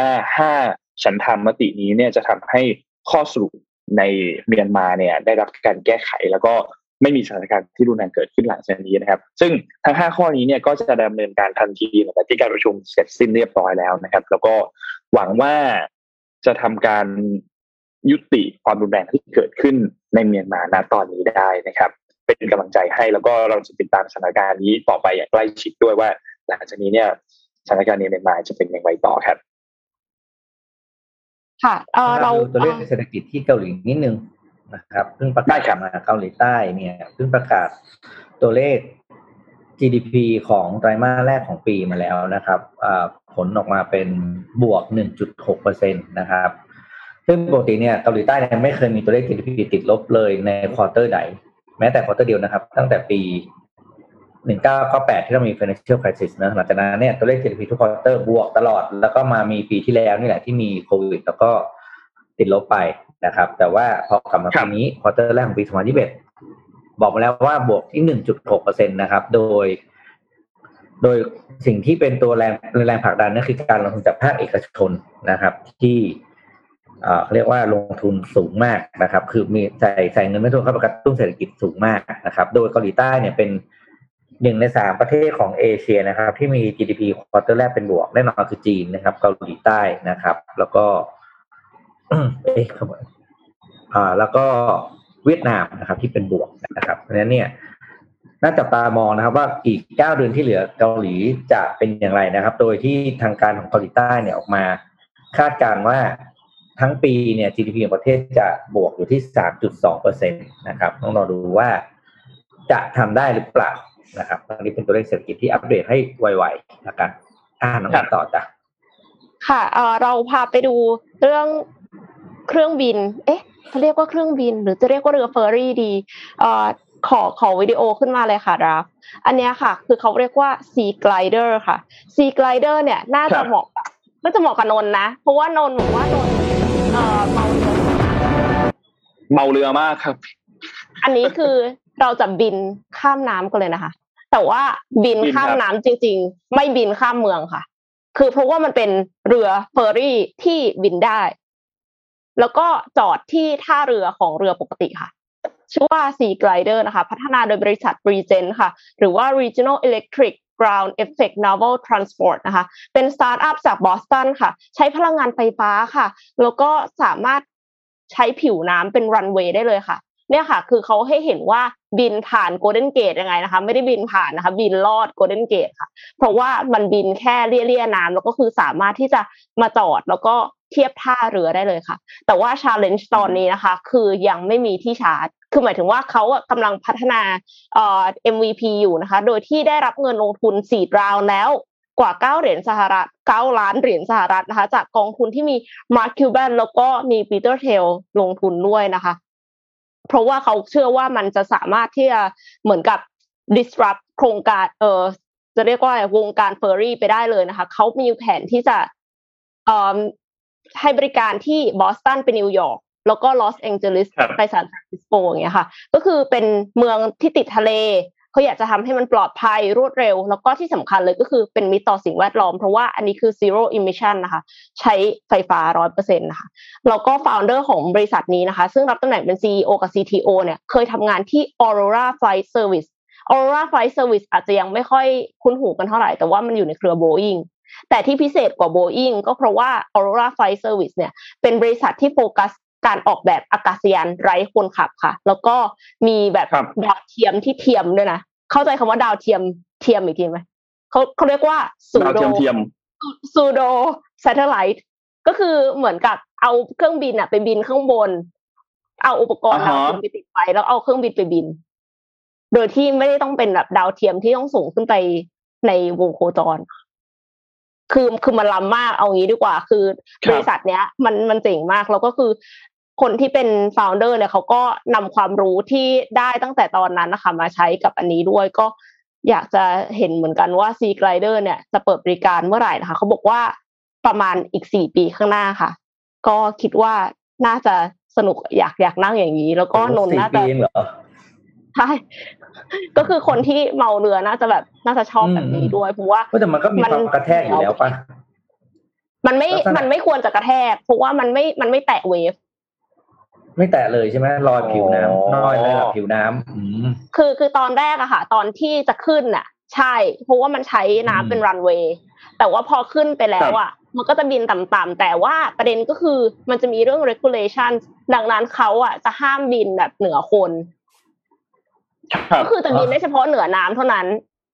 5 ฉันทามตินี้เนี่ยจะทำให้ข้อสรุปในเมียนมาเนี่ยได้รับการแก้ไขแล้วก็ไม่มีสถานการณ์ที่รุนแรงเกิดขึ้นหลังจากนี้นะครับซึ่งทั้ง5 ข้อนี้เนี่ยก็จะดำเนินการทันทีหลังจากที่การประชุมเสร็จสิ้นเรียบร้อยแล้วนะครับแล้วก็หวังว่าจะทำการยุติความรุนแรงที่เกิดขึ้นในเมียนมาณตอนนี้ได้นะครับเป็นกำลังใจให้แล้วก็เราจะติดตามสถานการณ์นี้ต่อไปอย่างใกล้ชิดด้วยว่าหลังจากนี้เนี่ยสถานการณ์ในเมียนมาจะเป็นอย่างไรต่อครับค่ะเราตัวเลขเศรษฐกิจที่เกาหลีนิดนึงนะครับเพิ่งประกาศมาเกาหลีใต้เนี่ยเพิ่งประกาศตัวเลข GDP ของไตรมาสแรกของปีมาแล้วนะครับผลออกมาเป็นบวก 1.6% นะครับซึ่งปกติเนี่ยเกาหลีใต้เนี่ยไม่เคยมีตัวเลข GDP ติดลบเลยในควอเตอร์ใดแม้แต่ควอเตอร์เดียวนะครับตั้งแต่ปี1998ที่เรามี financial crisis นะหลังจากนั้นเนี่ยตัวเลข GDP ทุกควอเตอร์บวกตลอดแล้วก็มามีปีที่แล้วนี่แหละที่มีโควิดแล้วก็ติดลบไปนะครับแต่ว่าพอกลับมาปีนี้ควอเตอร์แรกของปี2021บอกมาแล้วว่าบวกที่ 1.6% นะครับโดยสิ่งที่เป็นตัวแรงผลักดันนั่นคือการลงทุนจากภาคเอกชนนะครับที่เรียกว่าลงทุนสูงมากนะครับคือมีใส่เงินไม่ทั่วเข้าไปกระตุ้นเศรษฐกิจสูงมากนะครับโดยเกาหลีใต้เนี่ยเป็น1 ใน 3ประเทศของเอเชียนะครับที่มี GDP ควอเตอร์แรกเป็นบวกแน่นอนคือจีนนะครับเกาหลีใต้นะครับแล้วก็แล้วก็เวียดนามนะครับที่เป็นบวกนะครับเพราะฉะนั้นเนี่ยน่าจับตามองนะครับว่าอีก9 เดือนที่เหลือเกาหลีจะเป็นอย่างไรนะครับโดยที่ทางการของเกาหลีใต้เนี่ยออกมาคาดการณ์ว่าทั้งปีเนี่ย GDP ของประเทศจะบวกอยู่ที่ 3.2% นะครับต้องรอดูว่าจะทำได้หรือเปล่านะครับตอนนี้เป็นตัวเลขเศรษฐกิจที่อัปเดตให้ไวๆนะครับน้องต่อจ้ะค่ะเราพาไปดูเรื่องเครื่องบินเขาเรียกว่าเครื่องบินหรือจะเรียกว่าเรือเฟอร์รี่ดีขอวิดีโอขึ้นมาเลยค่ะราฟอันนี้ค่ะคือเขาเรียกว่า Sea Glider ค่ะ Sea Glider เนี่ยน่าจะเหมาะกับนนท์นะเพราะว่านนท์บอกว่านนท์เมาเรือมากครับอันนี้คือเราจะบินข้ามน้ำกันเลยนะคะแต่ว่าบินข้ามน้ำจริงๆไม่บินข้ามเมืองค่ะคือเพราะว่ามันเป็นเรือเฟอร์รี่ที่บินได้แล้วก็จอดที่ท่าเรือของเรือปกติค่ะชื่อว่า Sea Glider นะคะพัฒนาโดยบริษัท Regent ค่ะหรือว่า Regional Electric Ground Effect Naval Transport นะคะเป็นสตาร์ทอัพจากบอสตันค่ะใช้พลังงานไฟฟ้าค่ะแล้วก็สามารถใช้ผิวน้ำเป็นรันเวย์ได้เลยค่ะเนี่ยค่ะคือเขาให้เห็นว่าบินผ่านโกลเด้นเกตยังไงนะคะไม่ได้บินผ่านนะคะบินลอดโกลเด้นเกตค่ะเพราะว่ามันบินแค่เลี่ยน้ำแล้วก็คือสามารถที่จะมาจอดแล้วก็เทียบท่าเรือได้เลยค่ะแต่ว่า challenge ตอนนี้นะคะคือยังไม่มีที่ชาร์จคือหมายถึงว่าเขากำลังพัฒนาMVP อยู่นะคะโดยที่ได้รับเงินลงทุน4 ราวด์แล้วกว่า9 ล้านเหรียญสหรัฐนะคะจากกองทุนที่มี Mark Cuban แล้วก็มี Peter Thiel ลงทุนด้วยนะคะเพราะว่าเขาเชื่อว่ามันจะสามารถที่จะเหมือนกับ disrupt โครงการจะเรียกว่าวงการเฟอร์รี่ไปได้เลยนะคะเขามีแผนที่จะให้บริการที่บอสตันไปนิวยอร์กแล้วก็ลอสแองเจลิสไปซานฟรานซิสโกอย่างเงี้ยค่ะก็คือเป็นเมืองที่ติดทะเลเขาอยากจะทำให้มันปลอดภัยรวดเร็วแล้วก็ที่สำคัญเลยก็คือเป็นมิตรต่อสิ่งแวดล้อมเพราะว่าอันนี้คือ zero emission นะคะใช้ไฟฟ้า 100% นะคะแล้วก็ founder ของบริษัทนี้นะคะซึ่งรับตำแหน่งเป็น CEO กับ CTO เนี่ยเคยทำงานที่ Aurora Flight Service อาจจะยังไม่ค่อยคุ้นหูกันเท่าไหร่แต่ว่ามันอยู่ในเครือ Boeing แต่ที่พิเศษกว่า Boeing ก็เพราะว่า Aurora Flight Service เนี่ยเป็นบริษัทที่โฟกัสการออกแบบอากาศยานไร้คนขับค่ะแล้วก็มีแบบดาวเทียมที่เทียมด้วยนะเข้าใจคำว่าดาวเทียมอีกทีไหมเขาเรียกว่าดาวเทียม pseudo satellite ก็คือเหมือนกับเอาเครื่องบินไปบินข้างบนเอาอุปกรณ์ดาวเทียมไปติดไฟแล้วเอาเครื่องบินไปบินโดยที่ไม่ได้ต้องเป็นแบบดาวเทียมที่ต้องส่งขึ้นไปในวงโคจรคือมันล้ำมากเอางี้ดีกว่าคือบริษัทเนี้ยมันเจ๋งมากแล้วก็คือคนที่เป็น founder เนี่ยเขาก็นำความรู้ที่ได้ตั้งแต่ตอนนั้นนะคะมาใช้กับอันนี้ด้วยก็อยากจะเห็นเหมือนกันว่า Sea Glider เนี่ยจะเปิดบริการเมื่อไหร่นะคะเขาบอกว่าประมาณอีก4 ปีข้างหน้าค่ะก็คิดว่าน่าจะสนุกอยากนั่งอย่างนี้แล้วก็นนท์น่าจะใช่ก็คือคนที่เมาเรือน่าจะชอบแบบนี้ด้วยเพราะว่าแต่มันก็มีความกระแทกอยู่แล้วป่ะมันไม่ควรจะกระแทกเพราะว่ามันไม่แตะเวฟไม่แตะเลยใช่ไหมลอยผิวน้ำลอยระดับผิวน้ำคือตอนแรกอะค่ะตอนที่จะขึ้นน่ะใช่เพราะว่ามันใช้น้ำเป็นรันเวย์แต่ว่าพอขึ้นไปแล้วอะมันก็จะบินต่ำๆแต่ว่าประเด็นก็คือมันจะมีเรื่อง regulation ดังนั้นเขาอะจะห้ามบินแบบเหนือคนก็คือจะบินได้เฉพาะเหนือน้ำเท่านั้น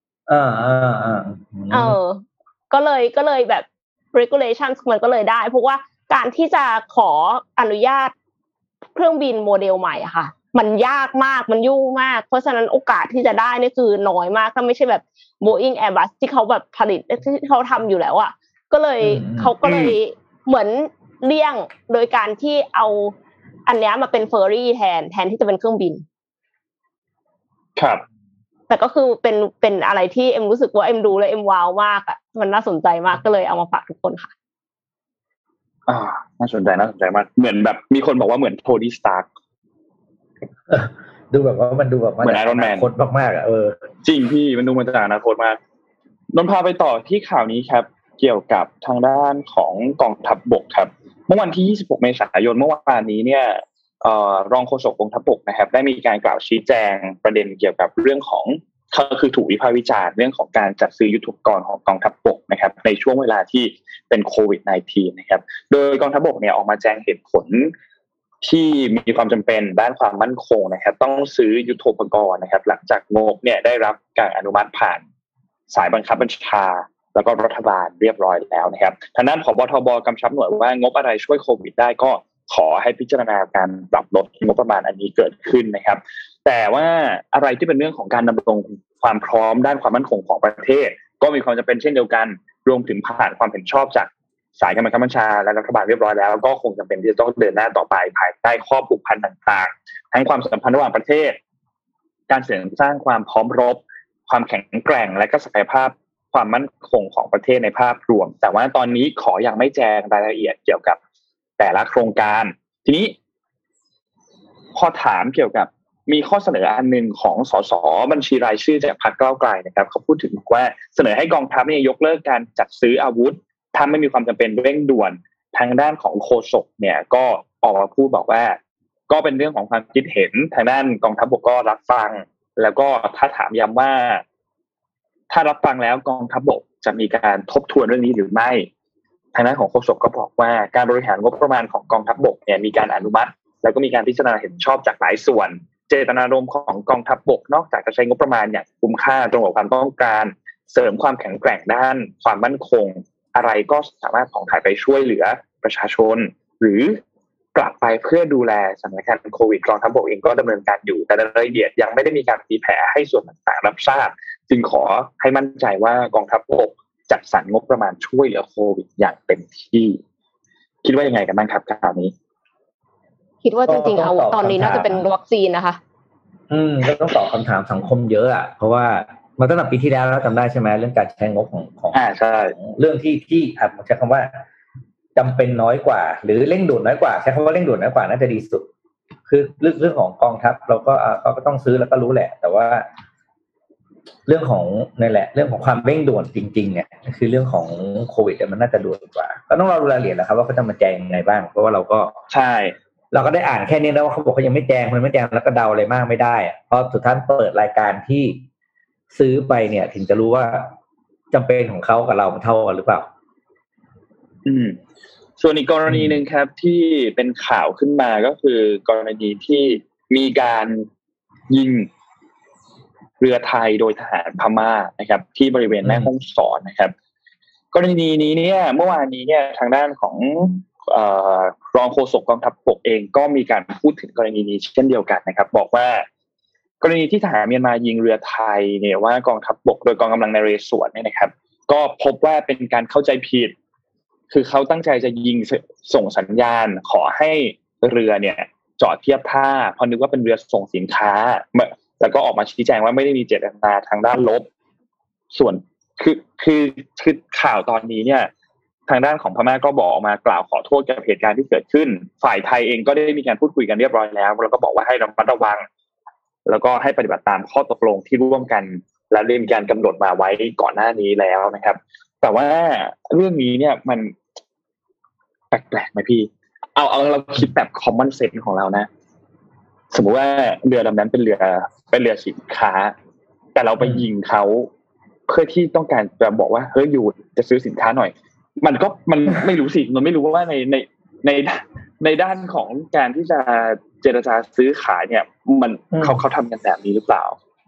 ก็เลยแบบ regulation มันก็เลยได้เพราะว่าการที่จะขออนุญาตเครื่องบินโมเดลใหม่อะค่ะมันยากมากมันยุ่งมากเพราะฉะนั้นโอกาสที่จะได้นี่คือน้อยมากถ้าไม่ใช่แบบ Boeing Airbus ที่เขาแบบผลิตที่เขาทำอยู่แล้วอะก็เลยเขาก็เลยเหมือนเลี่ยงโดยการที่เอาอันนี้มาเป็นเฟอร์รี่แทนที่จะเป็นเครื่องบินครับแต่ก็คือเป็นอะไรที่เอ็มรู้สึกว่าเอ็มดูแล้วเอ็มว้าวมากอ่ะมันน่าสนใจมากก็เลยเอามาฝากทุกคนค่ะน่าสนใจมากเหมือนแบบมีคนบอกว่าเหมือนโทนี่สตาร์คดูแบบว่ามันดูแบบเหมือนไอรอนแมนโคตรมากๆอ่ะจริงพี่มันดูมาจากอนาคตมากนนพาไปต่อที่ข่าวนี้ครับเกี่ยวกับทางด้านของกองทัพบกครับเมื่อวันที่26 เมษายนเมื่อวานนี้เนี่ยรองโฆษกกองทัพบกนะครับได้มีการกล่าวชี้แจงประเด็นเกี่ยวกับเรื่องของคือถูกวิพากษ์วิจารณ์เรื่องของการจัดซื้อยุทโธปกรณ์ของกองทัพบกนะครับในช่วงเวลาที่เป็นโควิด -19 นะครับโดยกองทัพบกเนี่ยออกมาแจ้งเหตุผลที่มีความจำเป็นด้านความมั่นคงนะครับต้องซื้อยุทโธปกรณ์นะครับหลังจากงบเนี่ยได้รับการอนุมัติผ่านสายบังคับบัญชาแล้วก็รัฐบาลเรียบร้อยแล้วนะครับทางด้านผบ.ทบ.กำชับหน่วยว่างบอะไรช่วยโควิดได้ก็ขอให้พิจารณาการปรับลดงบประมาณอันนี้เกิดขึ้นนะครับแต่ว่าอะไรที่เป็นเรื่องของการดำรงความพร้อมด้านความมั่นคงของประเทศก็มีความจำเป็นเช่นเดียวกันรวมถึงผ่านความเห็นชอบจากสายการบังคับบัญชาและรัฐบาลเรียบร้อยแล้วก็คงจำเป็นที่จะต้องเดินหน้าต่อไปภายใต้ข้อผูกพันต่างๆทั้งความสัมพันธ์ระหว่างประเทศการเสริมสร้างความพร้อมรบความแข็งแกร่งและก็ศักยภาพความมั่นคงของประเทศในภาพรวมแต่ว่าตอนนี้ขอยังไม่แจ้งรายละเอียดเกี่ยวกับแต่ละโครงการทีนี้พอถามเกี่ยวกับมีข้อเสนออันนึงของสสบัญชีรายชื่อจากพรรคก้าวไกลนะครับเขาพูดถึงว่าเสนอให้กองทัพเนี่ยยกเลิกการจัดซื้ออาวุธถ้าไม่มีความจำเป็นเร่งด่วนทางด้านของโฆษกเนี่ยก็ออกมาพูดบอกว่าก็เป็นเรื่องของความคิดเห็นทางด้านกองทัพบกก็รับฟังแล้วก็ถ้าถามย้ำว่าถ้ารับฟังแล้วกองทัพบกจะมีการทบทวนเรื่องนี้หรือไม่ทางด้านของโฆษกก็บอกว่าการบริหารงบประมาณของกองทัพบกเนี่ยมีการอนุมัติแล้วก็มีการพิจารณาเห็นชอบจากหลายส่วนเจตนารมณ์ของกองทัพบกนอกจากจะใช้งบประมาณอย่างคุ้มค่าตรงกับความต้องการเสริมความแข็งแกร่งด้านความมั่นคงอะไรก็สามารถผ่องถ่ายไปช่วยเหลือประชาชนหรือกลับไปเพื่อดูแลสถานการณ์โควิดกองทัพบกเองก็ดำเนินการอยู่แต่รายละเอียดยังไม่ได้มีการตีแผ่ให้ส่วนต่างๆรับทราบจึงขอให้มั่นใจว่ากองทัพบกจัดสรรงบประมาณช่วยเหลือโควิดอย่างเต็มที่คิดว่ายังไงกันบ้างครับข่าวนี้คิดว่าจริงๆเอาตอนนี้น่าจะเป็นวัคซีนนะคะก็ต้องตอบคำถามสังคมเยอะอ่ะเพราะว่ามาตั้งแต่ปีที่แล้วจำได้ใช่ไหมเรื่องการใช้งบของใช่เรื่องที่ใช้คำว่าจำเป็นน้อยกว่าหรือเร่งด่วนน้อยกว่าใช้คำว่าเร่งด่วนน้อยกว่าน่าจะดีสุดคือเรื่องของกองทัพเราก็ต้องซื้อแล้วก็รู้แหละแต่ว่าเรื่องของนี่แหละเรื่องของความเร่งด่วนจริงๆเนี่ยคือเรื่องของโควิดมันน่าจะด่วนกว่าก็ต้องรอดูรายละเอียดแหละครับว่าเขาจะมาแจ้งยังไงบ้างเพราะว่าเราก็ใช่เราก็ได้อ่านแค่นี้แล้วว่าเขาบอกเขายังไม่แจ้งมันไม่แจ้งแล้วก็เดาอะไรมากไม่ได้เพราะสุดท้ายเปิดรายการที่ซื้อไปเนี่ยถึงจะรู้ว่าจำเป็นของเขากับเราเท่ากันหรือเปล่าส่วนอีกกรณีนึงครับที่เป็นข่าวขึ้นมาก็คือกรณีที่มีการยิงเรือไทยโดยทหารพม่านะครับที่บริเวณแม่ฮ่องสอนนะครับกรณีนี้เนี่ยเมื่อวานนี้เนี่ยทางด้านของรองโฆษกกองทัพบกเองก็มีการพูดถึงกรณีนี้เช่นเดียวกันนะครับบอกว่ากรณีที่ทหารเมียนมายิงเรือไทยเนี่ยว่ากองทัพบกโดยกองกำลังนเรศวรเนี่ยนะครับก็พบว่าเป็นการเข้าใจผิดคือเขาตั้งใจจะยิงส่งสัญญาณขอให้เรือเนี่ยจอดเทียบท่าเพราะนึกว่าเป็นเรือส่งสินค้าแล้วก็ออกมาชี้แจงว่าไม่ได้มีเจตนาทางด้านลบส่วนคือข่าวตอนนี้เนี่ยทางด้านของพม่าก็บอกมากล่าวขอโทษกับเหตุการณ์ที่เกิดขึ้นฝ่ายไทยเองก็ได้มีการพูดคุยกันเรียบร้อยแล้วแล้วก็บอกว่าให้ระมัดระวังแล้วก็ให้ปฏิบัติตามข้อตกลงที่ร่วมกันและได้มีการกำหนดมาไว้ก่อนหน้านี้แล้วนะครับแต่ว่าเรื่องนี้เนี่ยมันแปลกๆไหมพี่เอาเราคิดแบบ common sense ของเรานะสมมุติว่าเรือลำนั้นเป็นเรือสินค้าแต่เราไปยิงเขาเพื่อที่ต้องการจะบอกว่าเฮ้ยอยู่จะซื้อสินค้าหน่อยมันไม่รู้สิมันไม่รู้ว่าในด้านของการที่จะเจรจาซื้อขายเนี่ยมันเขาทำกันแบบนี้หรือเปล่า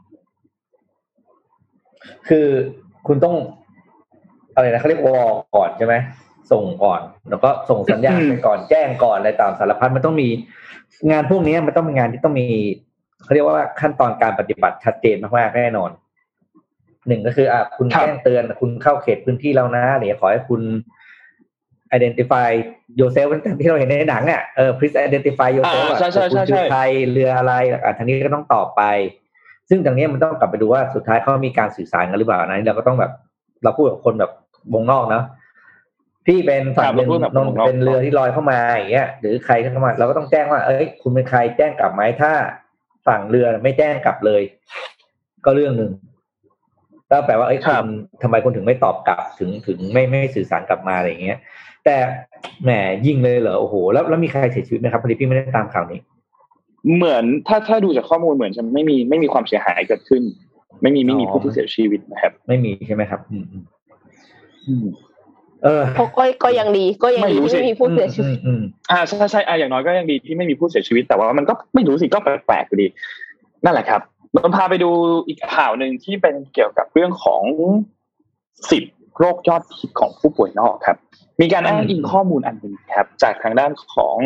คือคุณต้องอะไรนะเขาเรียกวอลก่อนใช่ไหมส่งก่อนแล้วก็ส่งสัญญาณไปก่อนแจ้งก่อนอะไรตามสารพัดมันต้องมีงานพวกนี้มันต้องเป็นงานที่ต้องมีเขาเรียกว่าขั้นตอนการปฏิบัติชัดเจนมากๆแน่นอนหนึ่งก็คือคุณแจ้งเตือนคุณเข้าเขตพื้นที่แล้วนะเดี๋ยวขอให้คุณ identify yourself ที่เราเห็นในหนังอ่ะplease identify yourself ใช่คุณคือใครเรืออะไรทางนี้ก็ต้องตอบไปซึ่งตรงนี้มันต้องกลับไปดูว่าสุดท้ายเขามีการสื่อสารกันหรือเปล่านะเราก็ต้องแบบเราพูดกับคนแบบวงนอกนะพี่เป็นฝั่งนนเป็นเรือที่ลอยเข้ามาอย่างเงี้ยหรือใครเข้ามาเราก็ต้องแจ้งว่าคุณเป็นใครแจ้งกลับไหมถ้าฝั่งเรือไม่แจ้งกลับเลยก็เรื่องนึงก็แปลว่าคุณทำไมคุณถึงไม่ตอบกลับถึงไม่สื่อสารกลับมาอะไรอย่างเงี้ยแต่แหมยิงเลยเหรอโอ้โหแล้วมีใครเสียชีวิตไหมครับพอดีพี่ไม่ได้ตามข่าวนี้เหมือนถ้าดูจากข้อมูลเหมือนจะไม่มีความเสียหายเกิดขึ้นไม่มีผู้เสียชีวิตนะครับไม่มีใช่ไหมครับก็ยังดีที่ไม่มีผู้เสียชีวิตใช่อย่างน้อยก็ยังดีที่ไม่มีผู้เสียชีวิตแต่ว่ามันก็ไม่รู้สิก็แปลกๆอยู่ดีนั่นแหละครับผมพาไปดูอีกข่าวนึงที่เป็นเกี่ยวกับเรื่องของ10โรคยอดฮิตของผู้ป่วยนอกครับมีการอ้างอิงข้อมูลอันนึงครับจากทางด้านของ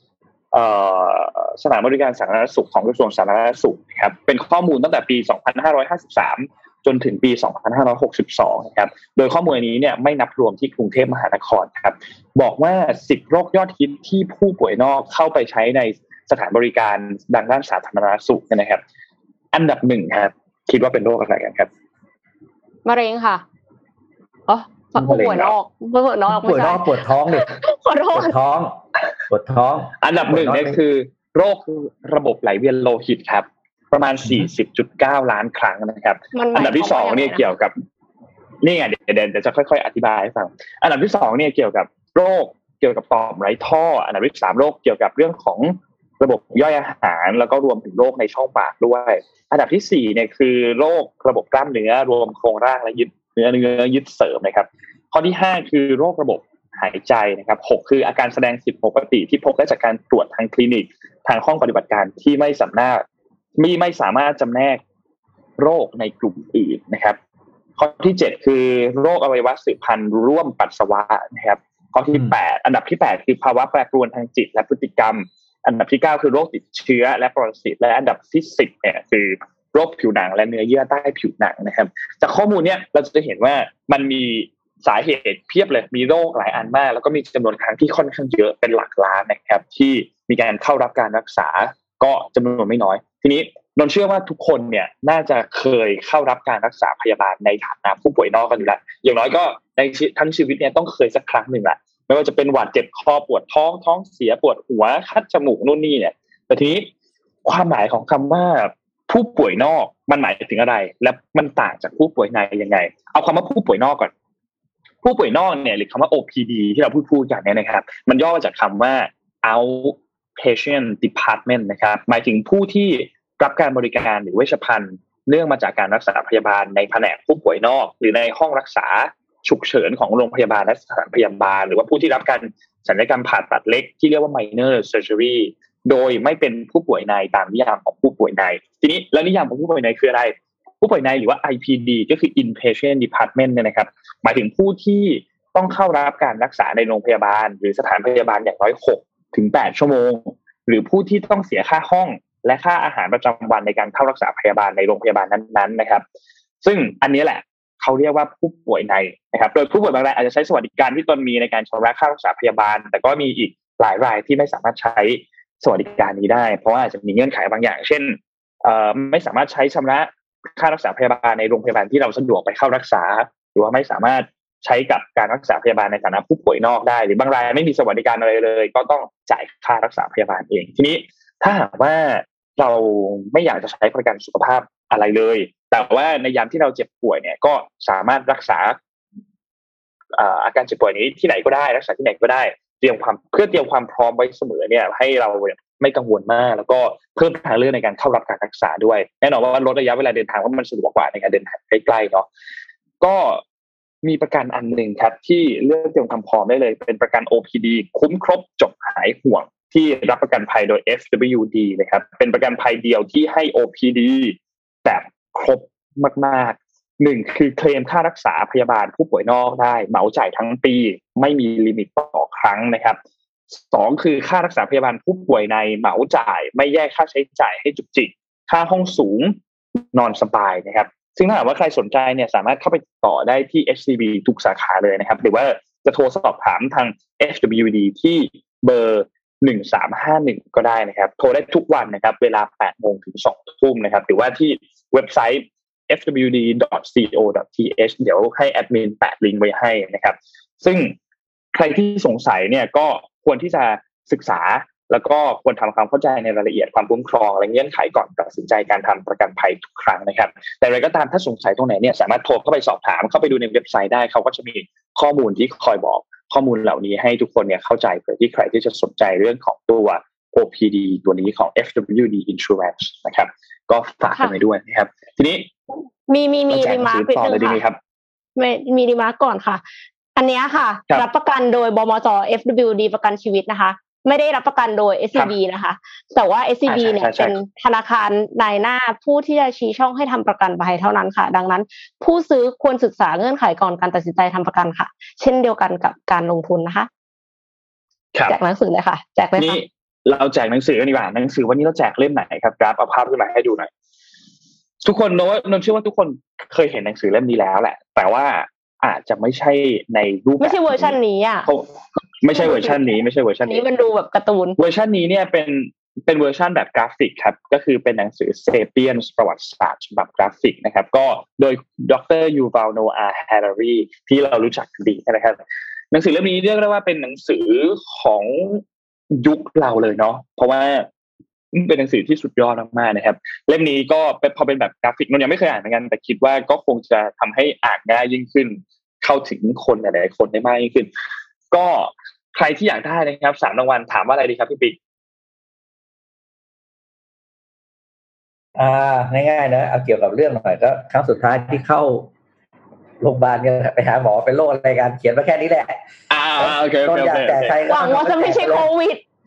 สถานบริการสาธารณสุขของกระทรวงสาธารณสุขครับเป็นข้อมูลตั้งแต่ปี2553จนถึงปี2562นะครับโดยข้อมูลนี้เนี่ยไม่นับรวมที่กรุงเทพมหานครครับบอกว่า10โรคยอดฮิตที่ผู้ป่วยนอกเข้าไปใช้ในสถานบริการด้านสาธารณสุขนะครับอันดับ1ครับคิดว่าเป็นโรคอะไรกันครับมะเร็งค่ะผู้ป่วยนอกปวดท้องเลยปวดท้องอันดับ1เนี่ยคือโรคระบบไหลเวียนโลหิตครับประมาณ 40.9 ล้านครั้งนะครับอันดับที่2เนี่ยเกี่ยวกับนี่ไงเดี๋ยวจะค่อยๆอธิบายให้ฟังอันดับที่2เนี่ยเกี่ยวกับโรคเกี่ยวกับต่อมไร้ท่ออันดับที่3โรคเกี่ยวกับเรื่องของระบบย่อยอาหารแล้วก็รวมถึงโรคในช่องปากด้วยอันดับที่4เนี่ยคือโรคระบบกล้ามเนื้อรวมโครงร่างและยึดเนื้อยึดเสริมนะครับข้อที่5คือโรคระบบหายใจนะครับ6คืออาการแสดงผิดปกติที่พบได้จากการตรวจทางคลินิกทางห้องปฏิบัติการที่ไม่สามารถจำแนกโรคในกลุ่มอื่นนะครับข้อที่7คือโรคอวัยวะสืบพันธุ์ร่วมปัสสาวะนะครับข้อที่8อันดับที่8คือภาวะแปรปรวนทางจิตและพฤติกรรมอันดับที่9คือโรคติดเชื้อและปรสิตและอันดับที่10เนี่ยคือโรคผิวหนังและเนื้อเยื่อใต้ผิวหนังนะครับจากข้อมูลเนี้ยเราจะเห็นว่ามันมีสาเหตุเพียบเลยมีโรคหลายอันมากแล้วก็มีจำนวนครั้งที่ค่อนข้างเยอะเป็นหลักล้านนะครับที่มีการเข้ารับการรักษาก็จำนวนไม่น้อยทีนี้นนเชื่อว่าทุกคนเนี่ยน่าจะเคยเข้ารับการรักษาพยาบาลในฐานะผู้ป่วยนอกกันอยู่แล้วอย่างน้อยก็ในทั้งชีวิตเนี่ยต้องเคยสักครั้งหนึ่งแหละไม่ว่าจะเป็นหวัดเจ็บคอปวดท้องเสียปวดหัวคัดจมูกนู่นนี่เนี่ยแต่ทีนี้ความหมายของคำว่าผู้ป่วยนอกมันหมายถึงอะไรและมันต่างจากผู้ป่วยในยังไงเอาคำว่าผู้ป่วยนอกก่อนผู้ป่วยนอกเนี่ยหรือคำว่า OPD ที่เราพูดกันเนี่ยนะครับมันย่อมาจากคำว่า outpatient department นะครับหมายถึงผู้ที่รับการบริการหรือเวชภัณฑ์เนื่องมาจากการรักษาพยาบาลในแผนกผู้ป่วยนอกหรือในห้องรักษาฉุกเฉินของโรงพยาบาลและสถานพยาบาลหรือว่าผู้ที่รับการศัลยกรรมผ่าตัดเล็กที่เรียกว่า minor surgery โดยไม่เป็นผู้ป่วยในตามนิยามของผู้ป่วยในทีนี้แล้วนิยามของผู้ป่วยในคืออะไรผู้ป่วยในหรือว่า IPD ก็คือ inpatient department เนี่ยนะครับหมายถึงผู้ที่ต้องเข้ารับการรักษาในโรงพยาบาลหรือสถานพยาบาลอย่างน้อย6 ถึง 8 ชั่วโมงหรือผู้ที่ต้องเสียค่าห้องและค่าอาหารประจำวันในการเข้ารักษาพยาบาลในโรงพยาบาลนั้นๆนะครับซึ่งอันนี้แหละเขาเรียกว่าผู้ป่วยในนะครับโดยผู้ป่วยบางรายอาจจะใช้สวัสดิการที่ตนมีในการชำระค่ารักษาพยาบาลแต่ก็มีอีกหลายรายที่ไม่สามารถใช้สวัสดิการนี้ได้เพราะว่าอาจจะมีเงื่อนไขบางอย่างเช่นไม่สามารถใช้ชำระค่ารักษาพยาบาลในโรงพยาบาลที่เราสะดวกไปเข้ารักษาหรือว่าไม่สามารถใช้กับการรักษาพยาบาลในฐานะผู้ป่วยนอกได้หรือบางรายไม่มีสวัสดิการอะไรเลยก็ต้องจ่ายค่ารักษาพยาบาลเองทีนี้ถ้าหากว่าเราไม่อยากจะใช้ประกันสุขภาพอะไรเลยแต่ว่าในยามที่เราเจ็บป่วยเนี่ยก็สามารถรักษาอาการเจ็บป่วยนี้ที่ไหนก็ได้รักษาที่ไหนก็ได้เตรียมความพร้อมไว้เสมอเนี่ยให้เราไม่กังวลมากแล้วก็เพิ่มทางเลือกในการเข้ารับการรักษาด้วยแน่นอนว่าลดระยะเวลาเดินทางว่ามันสะดวกกว่าในการเดินทางใกล้ๆเนาะก็มีประกันอันหนึ่งครับที่เลือกเตรียมความพร้อมได้เลยเป็นประกัน OPD คุ้มครบจบหายห่วงที่รับประกันภัยโดย FWD นะครับเป็นประกันภัยเดียวที่ให้ OPD แบบครบมากๆ1คือเคลมค่ารักษาพยาบาลผู้ป่วยนอกได้เหมาจ่ายทั้งปีไม่มีลิมิตต่อครั้งนะครับ2คือค่ารักษาพยาบาลผู้ป่วยในเหมาจ่ายไม่แยกค่าใช้จ่ายให้จุกจิกค่าห้องสูงนอนสบายนะครับซึ่งถ้าหากว่าใครสนใจเนี่ยสามารถเข้าไปติดต่อได้ที่ HCB ทุกสาขาเลยนะครับหรือว่าจะโทรสอบถามทาง FWD ที่เบอร์1351ก็ได้นะครับโทรได้ทุกวันนะครับเวลา 8:00 นถึง 20:00 นนะครับหรือว่าที่เว็บไซต์ fwd.co.th เดี๋ยวให้แอดมินแปะลิงก์ไว้ให้นะครับซึ่งใครที่สงสัยเนี่ยก็ควรที่จะศึกษาแล้วก็ควรทำความเข้าใจในรายละเอียดความคุ้มครองและเงื่อนไขก่อนตัดสินใจการทำประกันภัยทุกครั้งนะครับแต่อะไรก็ตามถ้าสงสัยตรงไหนเนี่ยสามารถโทรเข้าไปสอบถามเข้าไปดูในเว็บไซต์ได้เขาก็จะมีข้อมูลที่คอยบอกข้อมูลเหล่านี้ให้ทุกคนเนี่ยเข้าใจเผื่อที่ใครที่จะสนใจเรื่องของตัว OPD ตัวนี้ของ FWD Insurance นะครับก็ฝากกันไว้ด้วยนะครับทีนี้มีรีมาร์คนิดนึงค่ะมีรีมาร์คก่อนค่ะอันนี้ค่ะรับประกันโดยบมจ. FWD ประกันชีวิตนะคะไม่ได้รับประกันโดย SCB นะคะแต่ว่า SCB เนี่ยเป็นธนาคารนายหน้าผู้ที่จะชี้ช่องให้ทำประกันภัยเท่านั้นค่ะดังนั้นผู้ซื้อควรศึกษาเงื่อนไขก่อนการตัดสินใจทำประกันค่ะเช่นเดียวกันกับการลงทุนนะคะแจกหนังสือเลยค่ะแจกเลยค่ะนี่เราแจกหนังสือกันดีกว่าหนังสือวันนี้เราแจกเล่มไหนครับกราฟเอาภาพขึ้นมาให้ดูหน่อยทุกคนนนเชื่อว่าทุกคนเคยเห็นหนังสือเล่มนี้แล้วแหละแต่ว่าอาจจะไม่ใช่ในรูปไม่ใช่เวอร์ชันนี้อ่ะไม่ใช่เวอร์ชันนี้นี่มันดูแบบการ์ตูนเวอร์ชันนี้เนี่ยเป็นเวอร์ชันแบบกราฟิกครับก็คือเป็นหนังสือ Sapiens ประวัติศาสตร์ฉบับกราฟิกนะครับก็โดยดร. Yuval Noah Harari ที่เรารู้จักดีนะครับหนังสือเล่มนี้เรียกได้ว่าเป็นหนังสือของยุคเราเลยเนาะเพราะว่าเป็นหนังสือที่สุดยอดมากๆนะครับเล่มนี้ก็พอเป็นแบบกราฟิกนนยังไม่เคยอ่านเหมือนกันแต่คิดว่าก็คงจะทำให้อ่านง่ายยิ่งขึ้นเข้าถึงคนหลายๆคนได้มากยิ่งขึ้นก็ใครที่อยากได้นะครับ3รางวัลถามว่าอะไรดีครับพี่ปิ๊กง่ายๆนะเอาเกี่ยวกับเรื่องหน่อยก็ครั้งสุดท้ายที่เข้าโรงพยาบาลเนี่ยไปหาหมอเป็นโรคอะไรกันเขียนมาแค่นี้แหละโอเคต้นอยากแจกใครหวังว่าจะไม่ใช่โควิด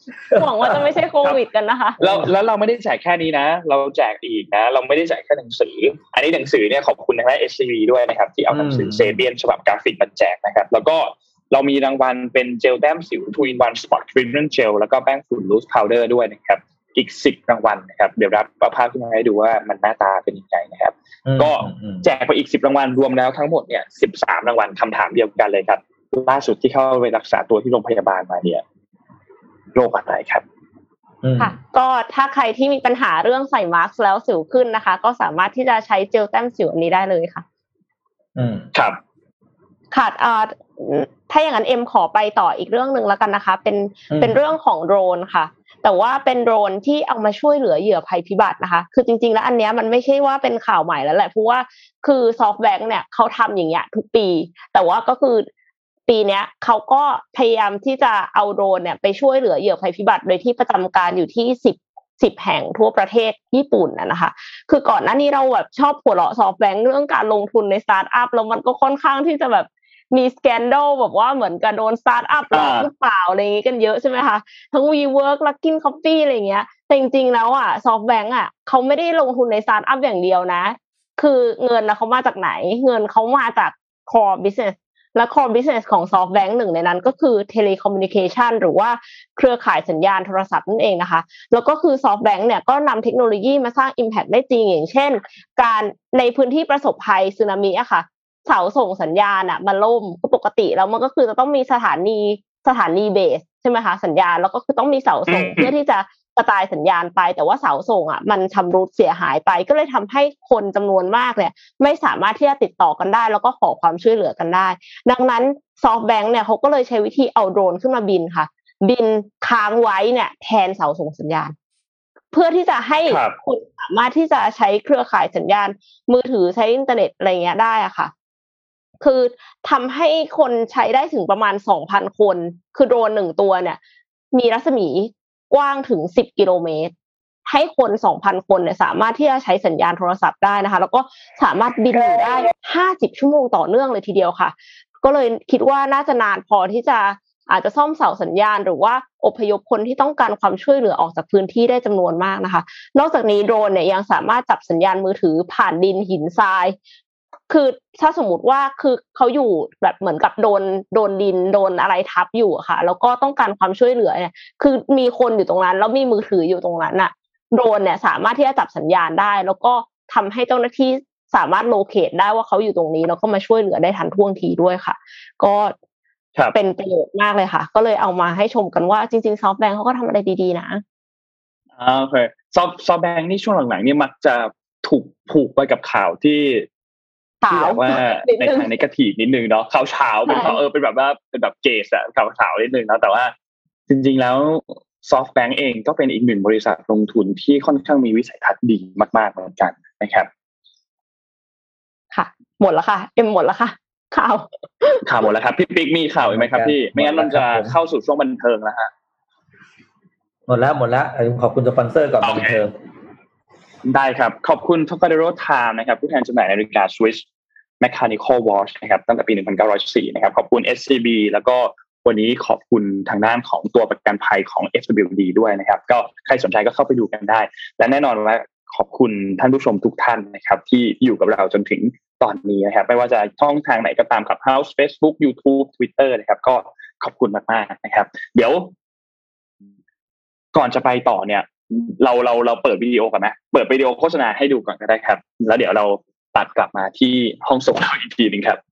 หวังว่าจะไม่ใช่โควิดกันนะคะแล้วเราไม่ได้แจกแค่นี้นะเราแจกอีกนะเราไม่ได้แจกแค่หนังสืออันนี้หนังสือเนี่ยขอบคุณทางด้าน SCB ด้วยนะครับที่เอาหนังสือเซเบียนฉบับกราฟิกมาแจกนะครับแล้วก็เรามีรางวัลเป็นเจลแต้มสิว 2-in-1 Spot Treatment Gel แล้วก็แป้งฝุ่น Loose Powder ด้วยนะครับอีก10รางวัลนะครับเดี๋ยวรับภาพขึ้นมาให้ดูว่ามันหน้าตาเป็นยังไงนะครับก็แจกไปอีก10รางวัลรวมแล้วทั้งหมดเนี่ย13รางวัลคำถามเดียวกันเลยครับล่าสุดที่เข้าไปรักษาตัวที่โรงพยาบาลมาเนี่ยโรคอะไรครับค่ะก็ถ้าใครที่มีปัญหาเรื่องใส่มาสก์แล้วสิวขึ้นนะคะก็สามารถที่จะใช้เจลแต้มสิวอันนี้ได้เลยค่ะครับค่ะถ้าอย่างนั้นเอ็มขอไปต่ออีกเรื่องนึงแล้วกันนะคะเป็นเรื่องของโดรนค่ะแต่ว่าเป็นโดรนที่เอามาช่วยเหลือเหยื่อภัยพิบัตินะคะคือจริงๆแล้วอันเนี้ยมันไม่ใช่ว่าเป็นข่าวใหม่แล้วแหละเพราะว่าคือซอฟต์แบงค์เนี่ยเขาทำอย่างเงี้ยทุกปีแต่ว่าก็คือปีนี้เขาก็พยายามที่จะเอาโดรนเนี่ยไปช่วยเหลือเหยื่อภัยพิบัติโดยที่ประจำการอยู่ที่10แห่งทั่วประเทศญี่ปุ่นนะคะคือก่อนหน้านี้เราแบบชอบหัวเราะซอฟต์แบงค์เรื่องการลงทุนในสตาร์ทอัพแล้วมันก็ค่อนข้างที่จะแบบมีสแกนโดลแบบว่าเหมือนกับโดนสตาร์ทอัพหลอกหรือเปล่าอะไรอย่างงี้กันเยอะใช่ไหมคะทั้ง WeWork Luckin Coffee อะไรอย่างเงี้ยแต่จริงๆแล้วอ่ะซอฟต์แบงค์อ่ะเขาไม่ได้ลงทุนในสตาร์ทอัพอย่างเดียวนะคือเงินนะเขามาจากไหนเงินเขามาจาก core businessและ core business ของ SoftBank หนึ่งในนั้นก็คือ telecommunication หรือว่าเครือข่ายสัญญาณโทรศัพท์นั่นเองนะคะแล้วก็คือ SoftBank เนี่ยก็นำเทคโนโลยีมาสร้าง impact ได้จริงอย่างเช่นการในพื้นที่ประสบภัยสึนามิอะค่ะเสาส่งสัญญาณอะมันล่มปกติแล้วมันก็คือจะต้องมีสถานีเบสใช่ไหมคะสัญญาณแล้วก็คือต้องมีเสาส่งเพื่อที่จะกระจายสัญญาณไปแต่ว่าเสาส่งอ่ะมันชำรุดเสียหายไปก็เลยทำให้คนจำนวนมากเนี่ยไม่สามารถที่จะติดต่อกันได้แล้วก็ขอความช่วยเหลือกันได้ดังนั้น SoftBank เนี่ยเขาก็เลยใช้วิธีเอาโดรนขึ้นมาบินค่ะบินค้างไว้เนี่ยแทนเสาส่งสัญญาณเพื่อที่จะให้คนสามารถที่จะใช้เครือข่ายสัญญาณมือถือใช้อินเทอร์เน็ตอะไรเงี้ยได้อ่ะค่ะคือทำให้คนใช้ได้ถึงประมาณ 2,000 คนคือโดรน1ตัวเนี่ยมีรัศมีกว้างถึง10กิโลเมตรให้คน 2,000 คนเนี่ยสามารถที่จะใช้สัญญาณโทรศัพท์ได้นะคะแล้วก็สามารถบินอยู่ได้50ชั่วโมงต่อเนื่องเลยทีเดียวค่ะก็เลยคิดว่าน่าจะนานพอที่จะอาจจะซ่อมเสาสัญญาณหรือว่าอพยพคนที่ต้องการความช่วยเหลือออกจากพื้นที่ได้จำนวนมากนะคะนอกจากนี้โดรนเนี่ยยังสามารถจับสัญญาณมือถือผ่านดินหินทรายคือถ้าสมมติว่าคือเขาอยู่แบบเหมือนกับโดนดินโดนอะไรทับอยู่อะค่ะแล้วก็ต้องการความช่วยเหลือเนี่ยคือมีคนอยู่ตรงนั้นแล้วมีมือถืออยู่ตรงนั้นน่ะโดรนเนี่ยสามารถที่จะจับสัญญาณได้แล้วก็ทำให้เจ้าหน้าที่สามารถโลเคทได้ว่าเขาอยู่ตรงนี้แล้วก็มาช่วยเหลือได้ทันท่วงทีด้วยค่ะก็เป็นประโยชน์มากเลยค่ะก็เลยเอามาให้ชมกันว่าจริงๆ SoftBank เขาก็ทำอะไรดีๆนะโอเคSoftBank นี่ช่วงหลังๆนี่มักจะถูกผูกไปกับข่าวที่แบบว่าในทางเนกาทีฟนิดนึงเนาะข่าวเช้าเป็นเป็นแบบว่าเป็นแบบเกสอะข่าวเช้านิดนึงเนาะแต่ว่าจริงๆแล้ว SoftBank เองก็เป็นอีกหนึ่งบริษัทลงทุนที่ค่อนข้างมีวิสัยทัศน์ดีมากๆเหมือนกันนะครับค่ะหมดแล้วค่ะหมดแล้วค่ะข่าวหมดแล้วครับพี่ปิ๊กมีข่าวอีกไหมครับพี่ไม่งั้นมันจะเข้าสู่ช่วงบันเทิงแล้วฮะหมดแล้วขอบคุณสปอนเซอร์ก่อนบันเทิงได้ครับขอบคุณ Tocadero Time นะครับผู้แทนจำหน่ายนาฬิกา Swiss Mechanical Watch นะครับตั้งแต่ปี 1904 นะครับขอบคุณ SCB แล้วก็วันนี้ขอบคุณทางด้านของตัวประกันภัยของ FWD ด้วยนะครับก็ใครสนใจก็เข้าไปดูกันได้และแน่นอนว่าขอบคุณท่านผู้ชมทุกท่านนะครับที่อยู่กับเราจนถึงตอนนี้นะครับไม่ว่าจะช่องทางไหนก็ตามกับ House Facebook YouTube Twitter นะครับก็ขอบคุณมากๆนะครับเดี๋ยวก่อนจะไปต่อเนี่ยเราเปิดวิดีโอก่อนนะเปิดวิดีโอโฆษณาให้ดูก่อนก็ได้ครับแล้วเดี๋ยวเราตัดกลับมาที่ห้องส่งเราอีกทีนึงครับ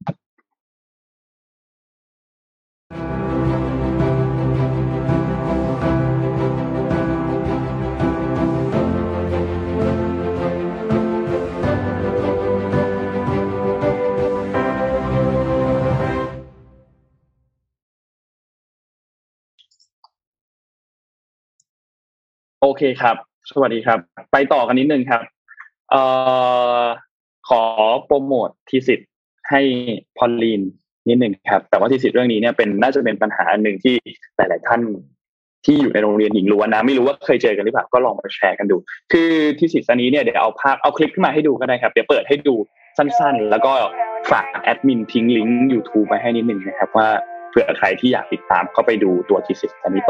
โอเคครับสวัสดีครับไปต่อกันนิดนึงครับขอโปรโมททีสิทธิ์ให้พอลลีนนิดนึงครับแต่ว่าทีสิทธิ์เรื่องนี้เนี่ยน่าจะเป็นปัญหาอันนึงที่หลายๆท่านที่อยู่ในโรงเรียนหญิงล้วนนะไม่รู้ว่าเคยเจอกันหรือเปล่าก็ลองมาแชร์กันดูคือทีสิทธิ์อันนี้เนี่ยเดี๋ยวเอาคลิปขึ้นมาให้ดูก็ได้ครับเดี๋ยวเปิดให้ดูสั้นๆแล้วก็ฝากแอดมินทิ้งลิงก์ YouTube ไว้ให้นิดนึงนะครับว่าเผื่อใครที่อยากติดตามเข้าไปดูตัวทีสิทธิ์อันนี้ต่อ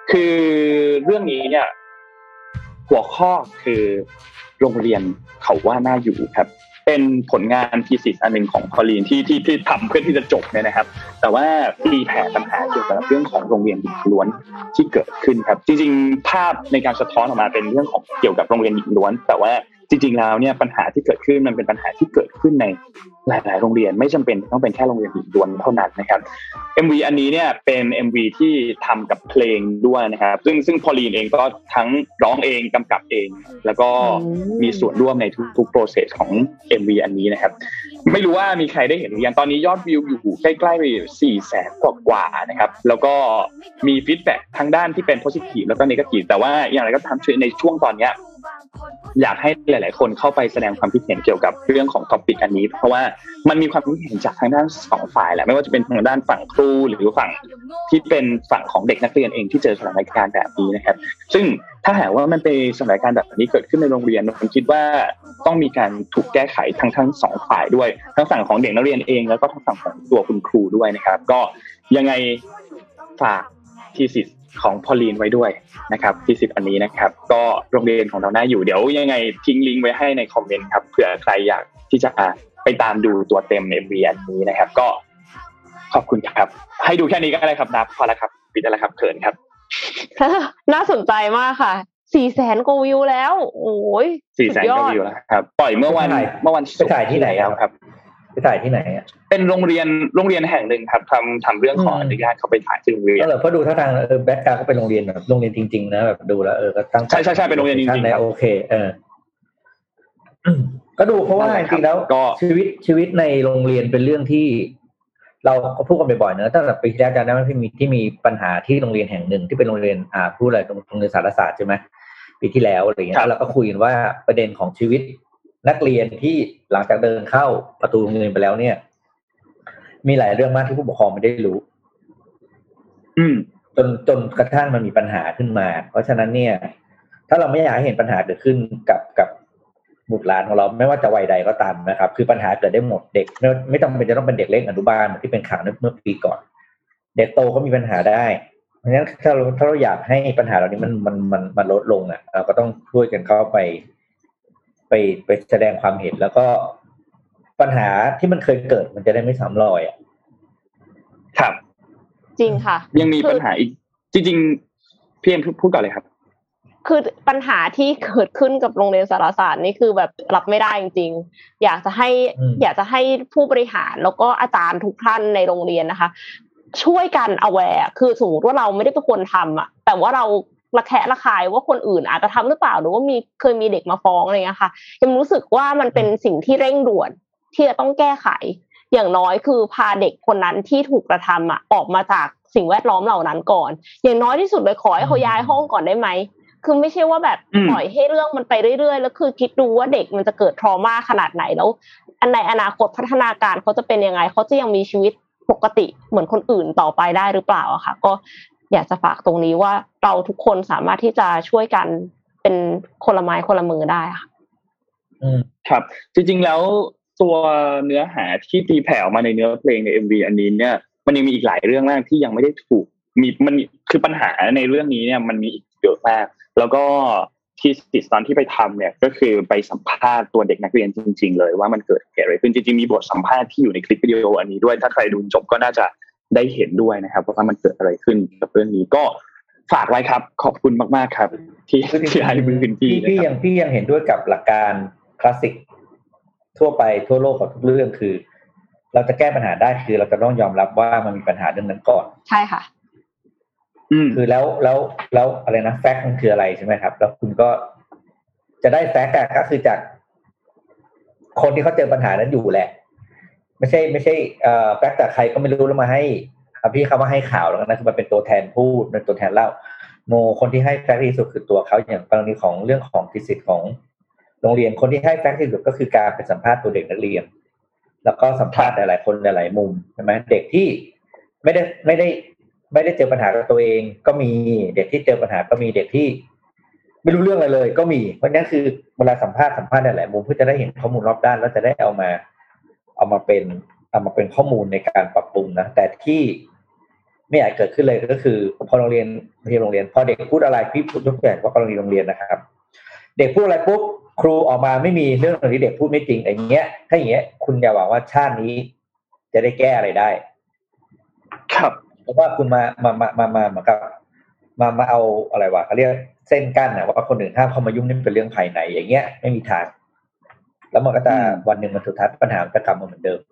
คือเรื่องนี้เนี่ยหัวข้อคือโรงเรียนเขาว่าน่าอยู่ครับเป็นผลงานทีซิสอันนึงของพอลีนที่ทำเพื่อที่จะจบเนี่ยนะครับแต่ว่าตีแผ่ปัญหาเกี่ยวกับเรื่องของโรงเรียนหญิงล้วนที่เกิดขึ้นครับจริงๆภาพในการสะท้อนออกมาเป็นเรื่องของเกี่ยวกับโรงเรียนหญิงล้วนแต่ว่าจริงๆแล้วเนี่ยปัญหาที่เกิดขึ้นมันเป็นปัญหาที่เกิดขึ้นในหลายๆโรงเรียนไม่จำเป็นต้องเป็นแค่โรงเรียนหญิงล้วนเท่านั้นนะครับ MV อันนี้เนี่ยเป็น MV ที่ทำกับเพลงด้วยนะครับซึ่งพอลีนเองก็ทั้งร้องเองกำกับเองแล้วก็มีส่วนร่วมในทุกๆ process ของ MV อันนี้นะครับไม่รู้ว่ามีใครได้เห็นหรือยังตอนนี้ยอดวิวอยู่ใกล้ๆไป 400,000 กว่าๆนะครับแล้วก็มีฟีดแบ็กทางด้านที่เป็น positive แล้วก็ negative แต่ว่าอย่างไรก็ตามในช่วงตอนเนี้ยอยากให้หลายๆคนเข้าไปแสดงความคิดเห็นเกี่ยวกับเรื่องของท็อปิกอันนี้เพราะว่ามันมีความคิดเห็นจากทางด้านสองฝ่ายแหละไม่ว่าจะเป็นทางด้านฝั่งครูหรือฝั่งที่เป็นฝั่งของเด็กนักเรียนเองที่เจอสถานการณ์แบบนี้นะครับซึ่งถ้าหากว่ามันเป็นสถานการณ์แบบนี้เกิดขึ้นในโรงเรียนผมคิดว่าต้องมีการถูกแก้ไขทั้งสองฝ่ายด้วยทั้งฝั่งของเด็กนักเรียนเองแล้วก็ทั้งฝั่งของตัวคุณครูด้วยนะครับก็ยังไงฝากทีสิทธิ์ของพอลีนไว้ด้วยนะครับที่10อันนี้นะครับก็โรงเรียนของเราน่าอยู่เดี๋ยวยังไงทิ้งลิงก์ไว้ให้ในคอมเมนต์ครับเผื่อใครอยากที่จะไปตามดูตัวเต็ม MV อันนี้นะครับก็ขอบคุณครับให้ดูแค่นี้ก็ได้ครับนับพอแล้วครับปิดได้แล้วครับเขินครับน่าสนใจมากค่ะ 400,000 กว่าวิวแล้วโอ้ย 400,000 กว่าวิวแล้วครับปล่อยเมื่อวันไปถ่ายที่ไหนครับไปถ่ายที่ไหนอ่ะเป็นโรงเรียนแห่งหนึ่งครับทำเรื่องขออนุญาตเข้าไปถ่ายที่โรงเรียนเพราะดูท่าทางแบ็คกราวด์ก็เป็นโรงเรียนแบบโรงเรียนจริงๆนะแบบดูแล้วก็ตั้งใช่เป็นโรงเรียนจริงๆโอเคก็ดูเพราะว่าจริงๆแล้วชีวิตในโรงเรียนเป็นเรื่องที่เราก็พูดกันบ่อยๆนะตั้งแต่ปีที่แล้วจำได้ไหมที่มีปัญหาที่โรงเรียนแห่งหนึ่งที่เป็นโรงเรียนพูดอะไรโรงเรียนสารศาสตร์ใช่ไหมปีที่แล้วอะไรอย่างเงี้ยเราก็คุยกันว่าประเด็นของชีวิตนักเรียนที่หลังจากเดินเข้าประตูโรงเรียนไปแล้วเนี่ยมีหลายเรื่องมากที่ผู้ปกครองไม่ได้รู้จนกระทั่งมันมีปัญหาขึ้นมาเพราะฉะนั้นเนี่ยถ้าเราไม่อยากให้เห็นปัญหาเกิดขึ้นกับบุตรหลานของเราไม่ว่าจะวัยใดก็ตามนะครับคือปัญหาเกิดได้หมดเด็กไม่จำเป็นจะต้องเป็นเด็กเล็กอนุบาลเหมือนที่เป็นข่าวเมื่อปีก่อนเด็กโตก็มีปัญหาได้เพราะฉะนั้นถ้าเราอยากให้ปัญหาเหล่านี้มันลดลงอ่ะเราก็ต้องช่วยกันเข้าไปแสดงความเห็นแล้วก็ปัญหาที่มันเคยเกิดมันจะได้ไม่ซ้ำรอยอ่ะครับจริงค่ะยังมีปัญหาอีกจริงๆพี่เอ็มพูดก่อนเลยครับคือปัญหาที่เกิดขึ้นกับโรงเรียนสารศาสตร์นี่คือแบบรับไม่ได้จริงๆอยากจะให้ผู้บริหารแล้วก็อาจารย์ทุกท่านในโรงเรียนนะคะช่วยกันawareคือสมมติว่าเราไม่ได้เป็นคนทำอ่ะแต่ว่าเราระแคะระคายว่าคนอื่นอาจจะทำหรือเปล่าหรือว่าเคยมีเด็กมาฟ้องอะไรเงี้ยค่ะยังรู้สึกว่ามันเป็นสิ่งที่เร่งด่วนที่จะต้องแก้ไขอย่างน้อยคือพาเด็กคนนั้นที่ถูกกระทำอ่ะออกมาจากสิ่งแวดล้อมเหล่านั้นก่อนอย่างน้อยที่สุดเลยขอให้เขาย้ายห้องก่อนได้ไหมคือไม่ใช่ว่าแบบปล่อยให้เรื่องมันไปเรื่อยๆแล้วคือคิดดูว่าเด็กมันจะเกิดทรมาขนาดไหนแล้วในอนาคตพัฒนาการเขาจะเป็นยังไงเขาจะยังมีชีวิตปกติเหมือนคนอื่นต่อไปได้หรือเปล่าอะค่ะก็อยากจะฝากตรงนี้ว่าเราทุกคนสามารถที่จะช่วยกันเป็นคนละไม้คนละมือได้ค่ะครับจริงๆแล้วตัวเนื้อหาที่ตีแผ่ออกมาในเนื้อเพลงใน MV อันนี้เนี่ยมันยังมีอีกหลายเรื่องมากที่ยังไม่ได้ถูกมันคือปัญหาในเรื่องนี้เนี่ยมันมีอีกเยอะมากแล้วก็ที่ติดตอนที่ไปทำเนี่ยก็คือไปสัมภาษณ์ตัวเด็กนักเรียนจริงๆเลยว่ามันเกิดอะไรขึ้นจริงๆมีบทสัมภาษณ์ที่อยู่ในคลิปวิดีโออันนี้ด้วยถ้าใครดูจบก็น่าจะได้เห็นด้วยนะครับว่ามันเกิดอะไรขึ้นกับเรื่องนี้ก็ฝากไว้ครับขอบคุณมากๆครับที่ให้พื้นที่พี่ยังเห็นด้วยกับหลักการคลาสสิกทั่วไปทั่วโลกของทุกเรื่องคือเราจะแก้ปัญหาได้คือเราจะต้องยอมรับว่ามันมีปัญหาเรื่องนั้นก่อนใช่ค่ะคือแล้วอะไรนะแฟกต์มันคืออะไรใช่ไหมครับแล้วคุณก็จะได้แฟกต์ก็คือจากคนที่เขาเจอปัญหานั้นอยู่แหละไม่ใช่แฟกต์จากใครก็ไม่รู้แล้วมาให้พี่เขามาให้ข่าวแล้วนะคือมันเป็นตัวแทนพูดเป็นตัวแทนเล่าคนที่ให้แฟกต์ที่สุดคือตัวเขาอย่างกรณีของเรื่องของทีสิทธิ์ของโรงเรียนคนที่ให้แฟกต์ที่สุดก็คือการไปสัมภาษณ์ตัวเด็กนักเรียนแล้วก็สัมภาษณ์หลายๆคนหลายๆมุมใช่ไหมเด็กที่ไม่ได้เจอปัญหากับตัวเองก็มีเด็กที่เจอปัญหาก็มีเด็กที่ไม่รู้เรื่องอะไรเลยก็มีเพราะนั้นคือเวลาสัมภาษณ์หลายๆมุมเพื่อจะได้เห็นข้อมูลรอบด้านแล้วจะได้เอามาเป็นข้อมูลในการปรับปรุงนะแต่ที่ไม่อยากเกิดขึ้นเลยก็คือพอโรงเรียนพอเด็กพูดอะไรพี่พูดยกตัวอย่างว่ากรณีโรงเรียนนะครับเด็กพูดอะไรปุ๊บครูออกมาไม่มีเรื่องที่เด็กพูดไม่จริงอย่างเงี้ยถ้าอย่างเงี้ยคุณอย่าหวังว่าชาตินี้จะได้แก้อะไรได้ครับเพราะว่าคุณมาเหมือนกับมาเอาอะไรวะเขาเรียกเส้นกั้นนะว่าคนอื่นห้ามเข้ามายุ่งนี่เป็นเรื่องภายในอย่างเงี้ยไม่มีทางแล้วมันก็จะวันหนึ่งมันสุดท้ายปัญหาจะกลับมาเหมือนเดิม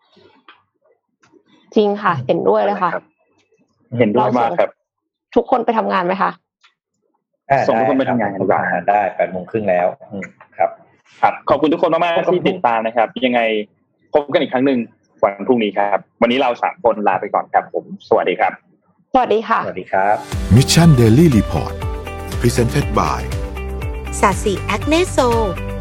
จริงค่ะเห็นด้วยเลยค่ะเห็นด้วยมากครับทุกคนไปทำงานไหมคะส่งทุกคนไปทำงานกันบ้างได้ 8:30 น.แล้วครับครับขอบคุณทุกคนมากๆที่ติดตามนะครับยังไงพบกันอีกครั้งนึงวันพรุ่งนี้ครับวันนี้เรา3คนลาไปก่อนครับผมสวัสดีครับสวัสดีค่ะสวัสดีครับ Mission Daily Report Presented by สาสีแอคเนโซ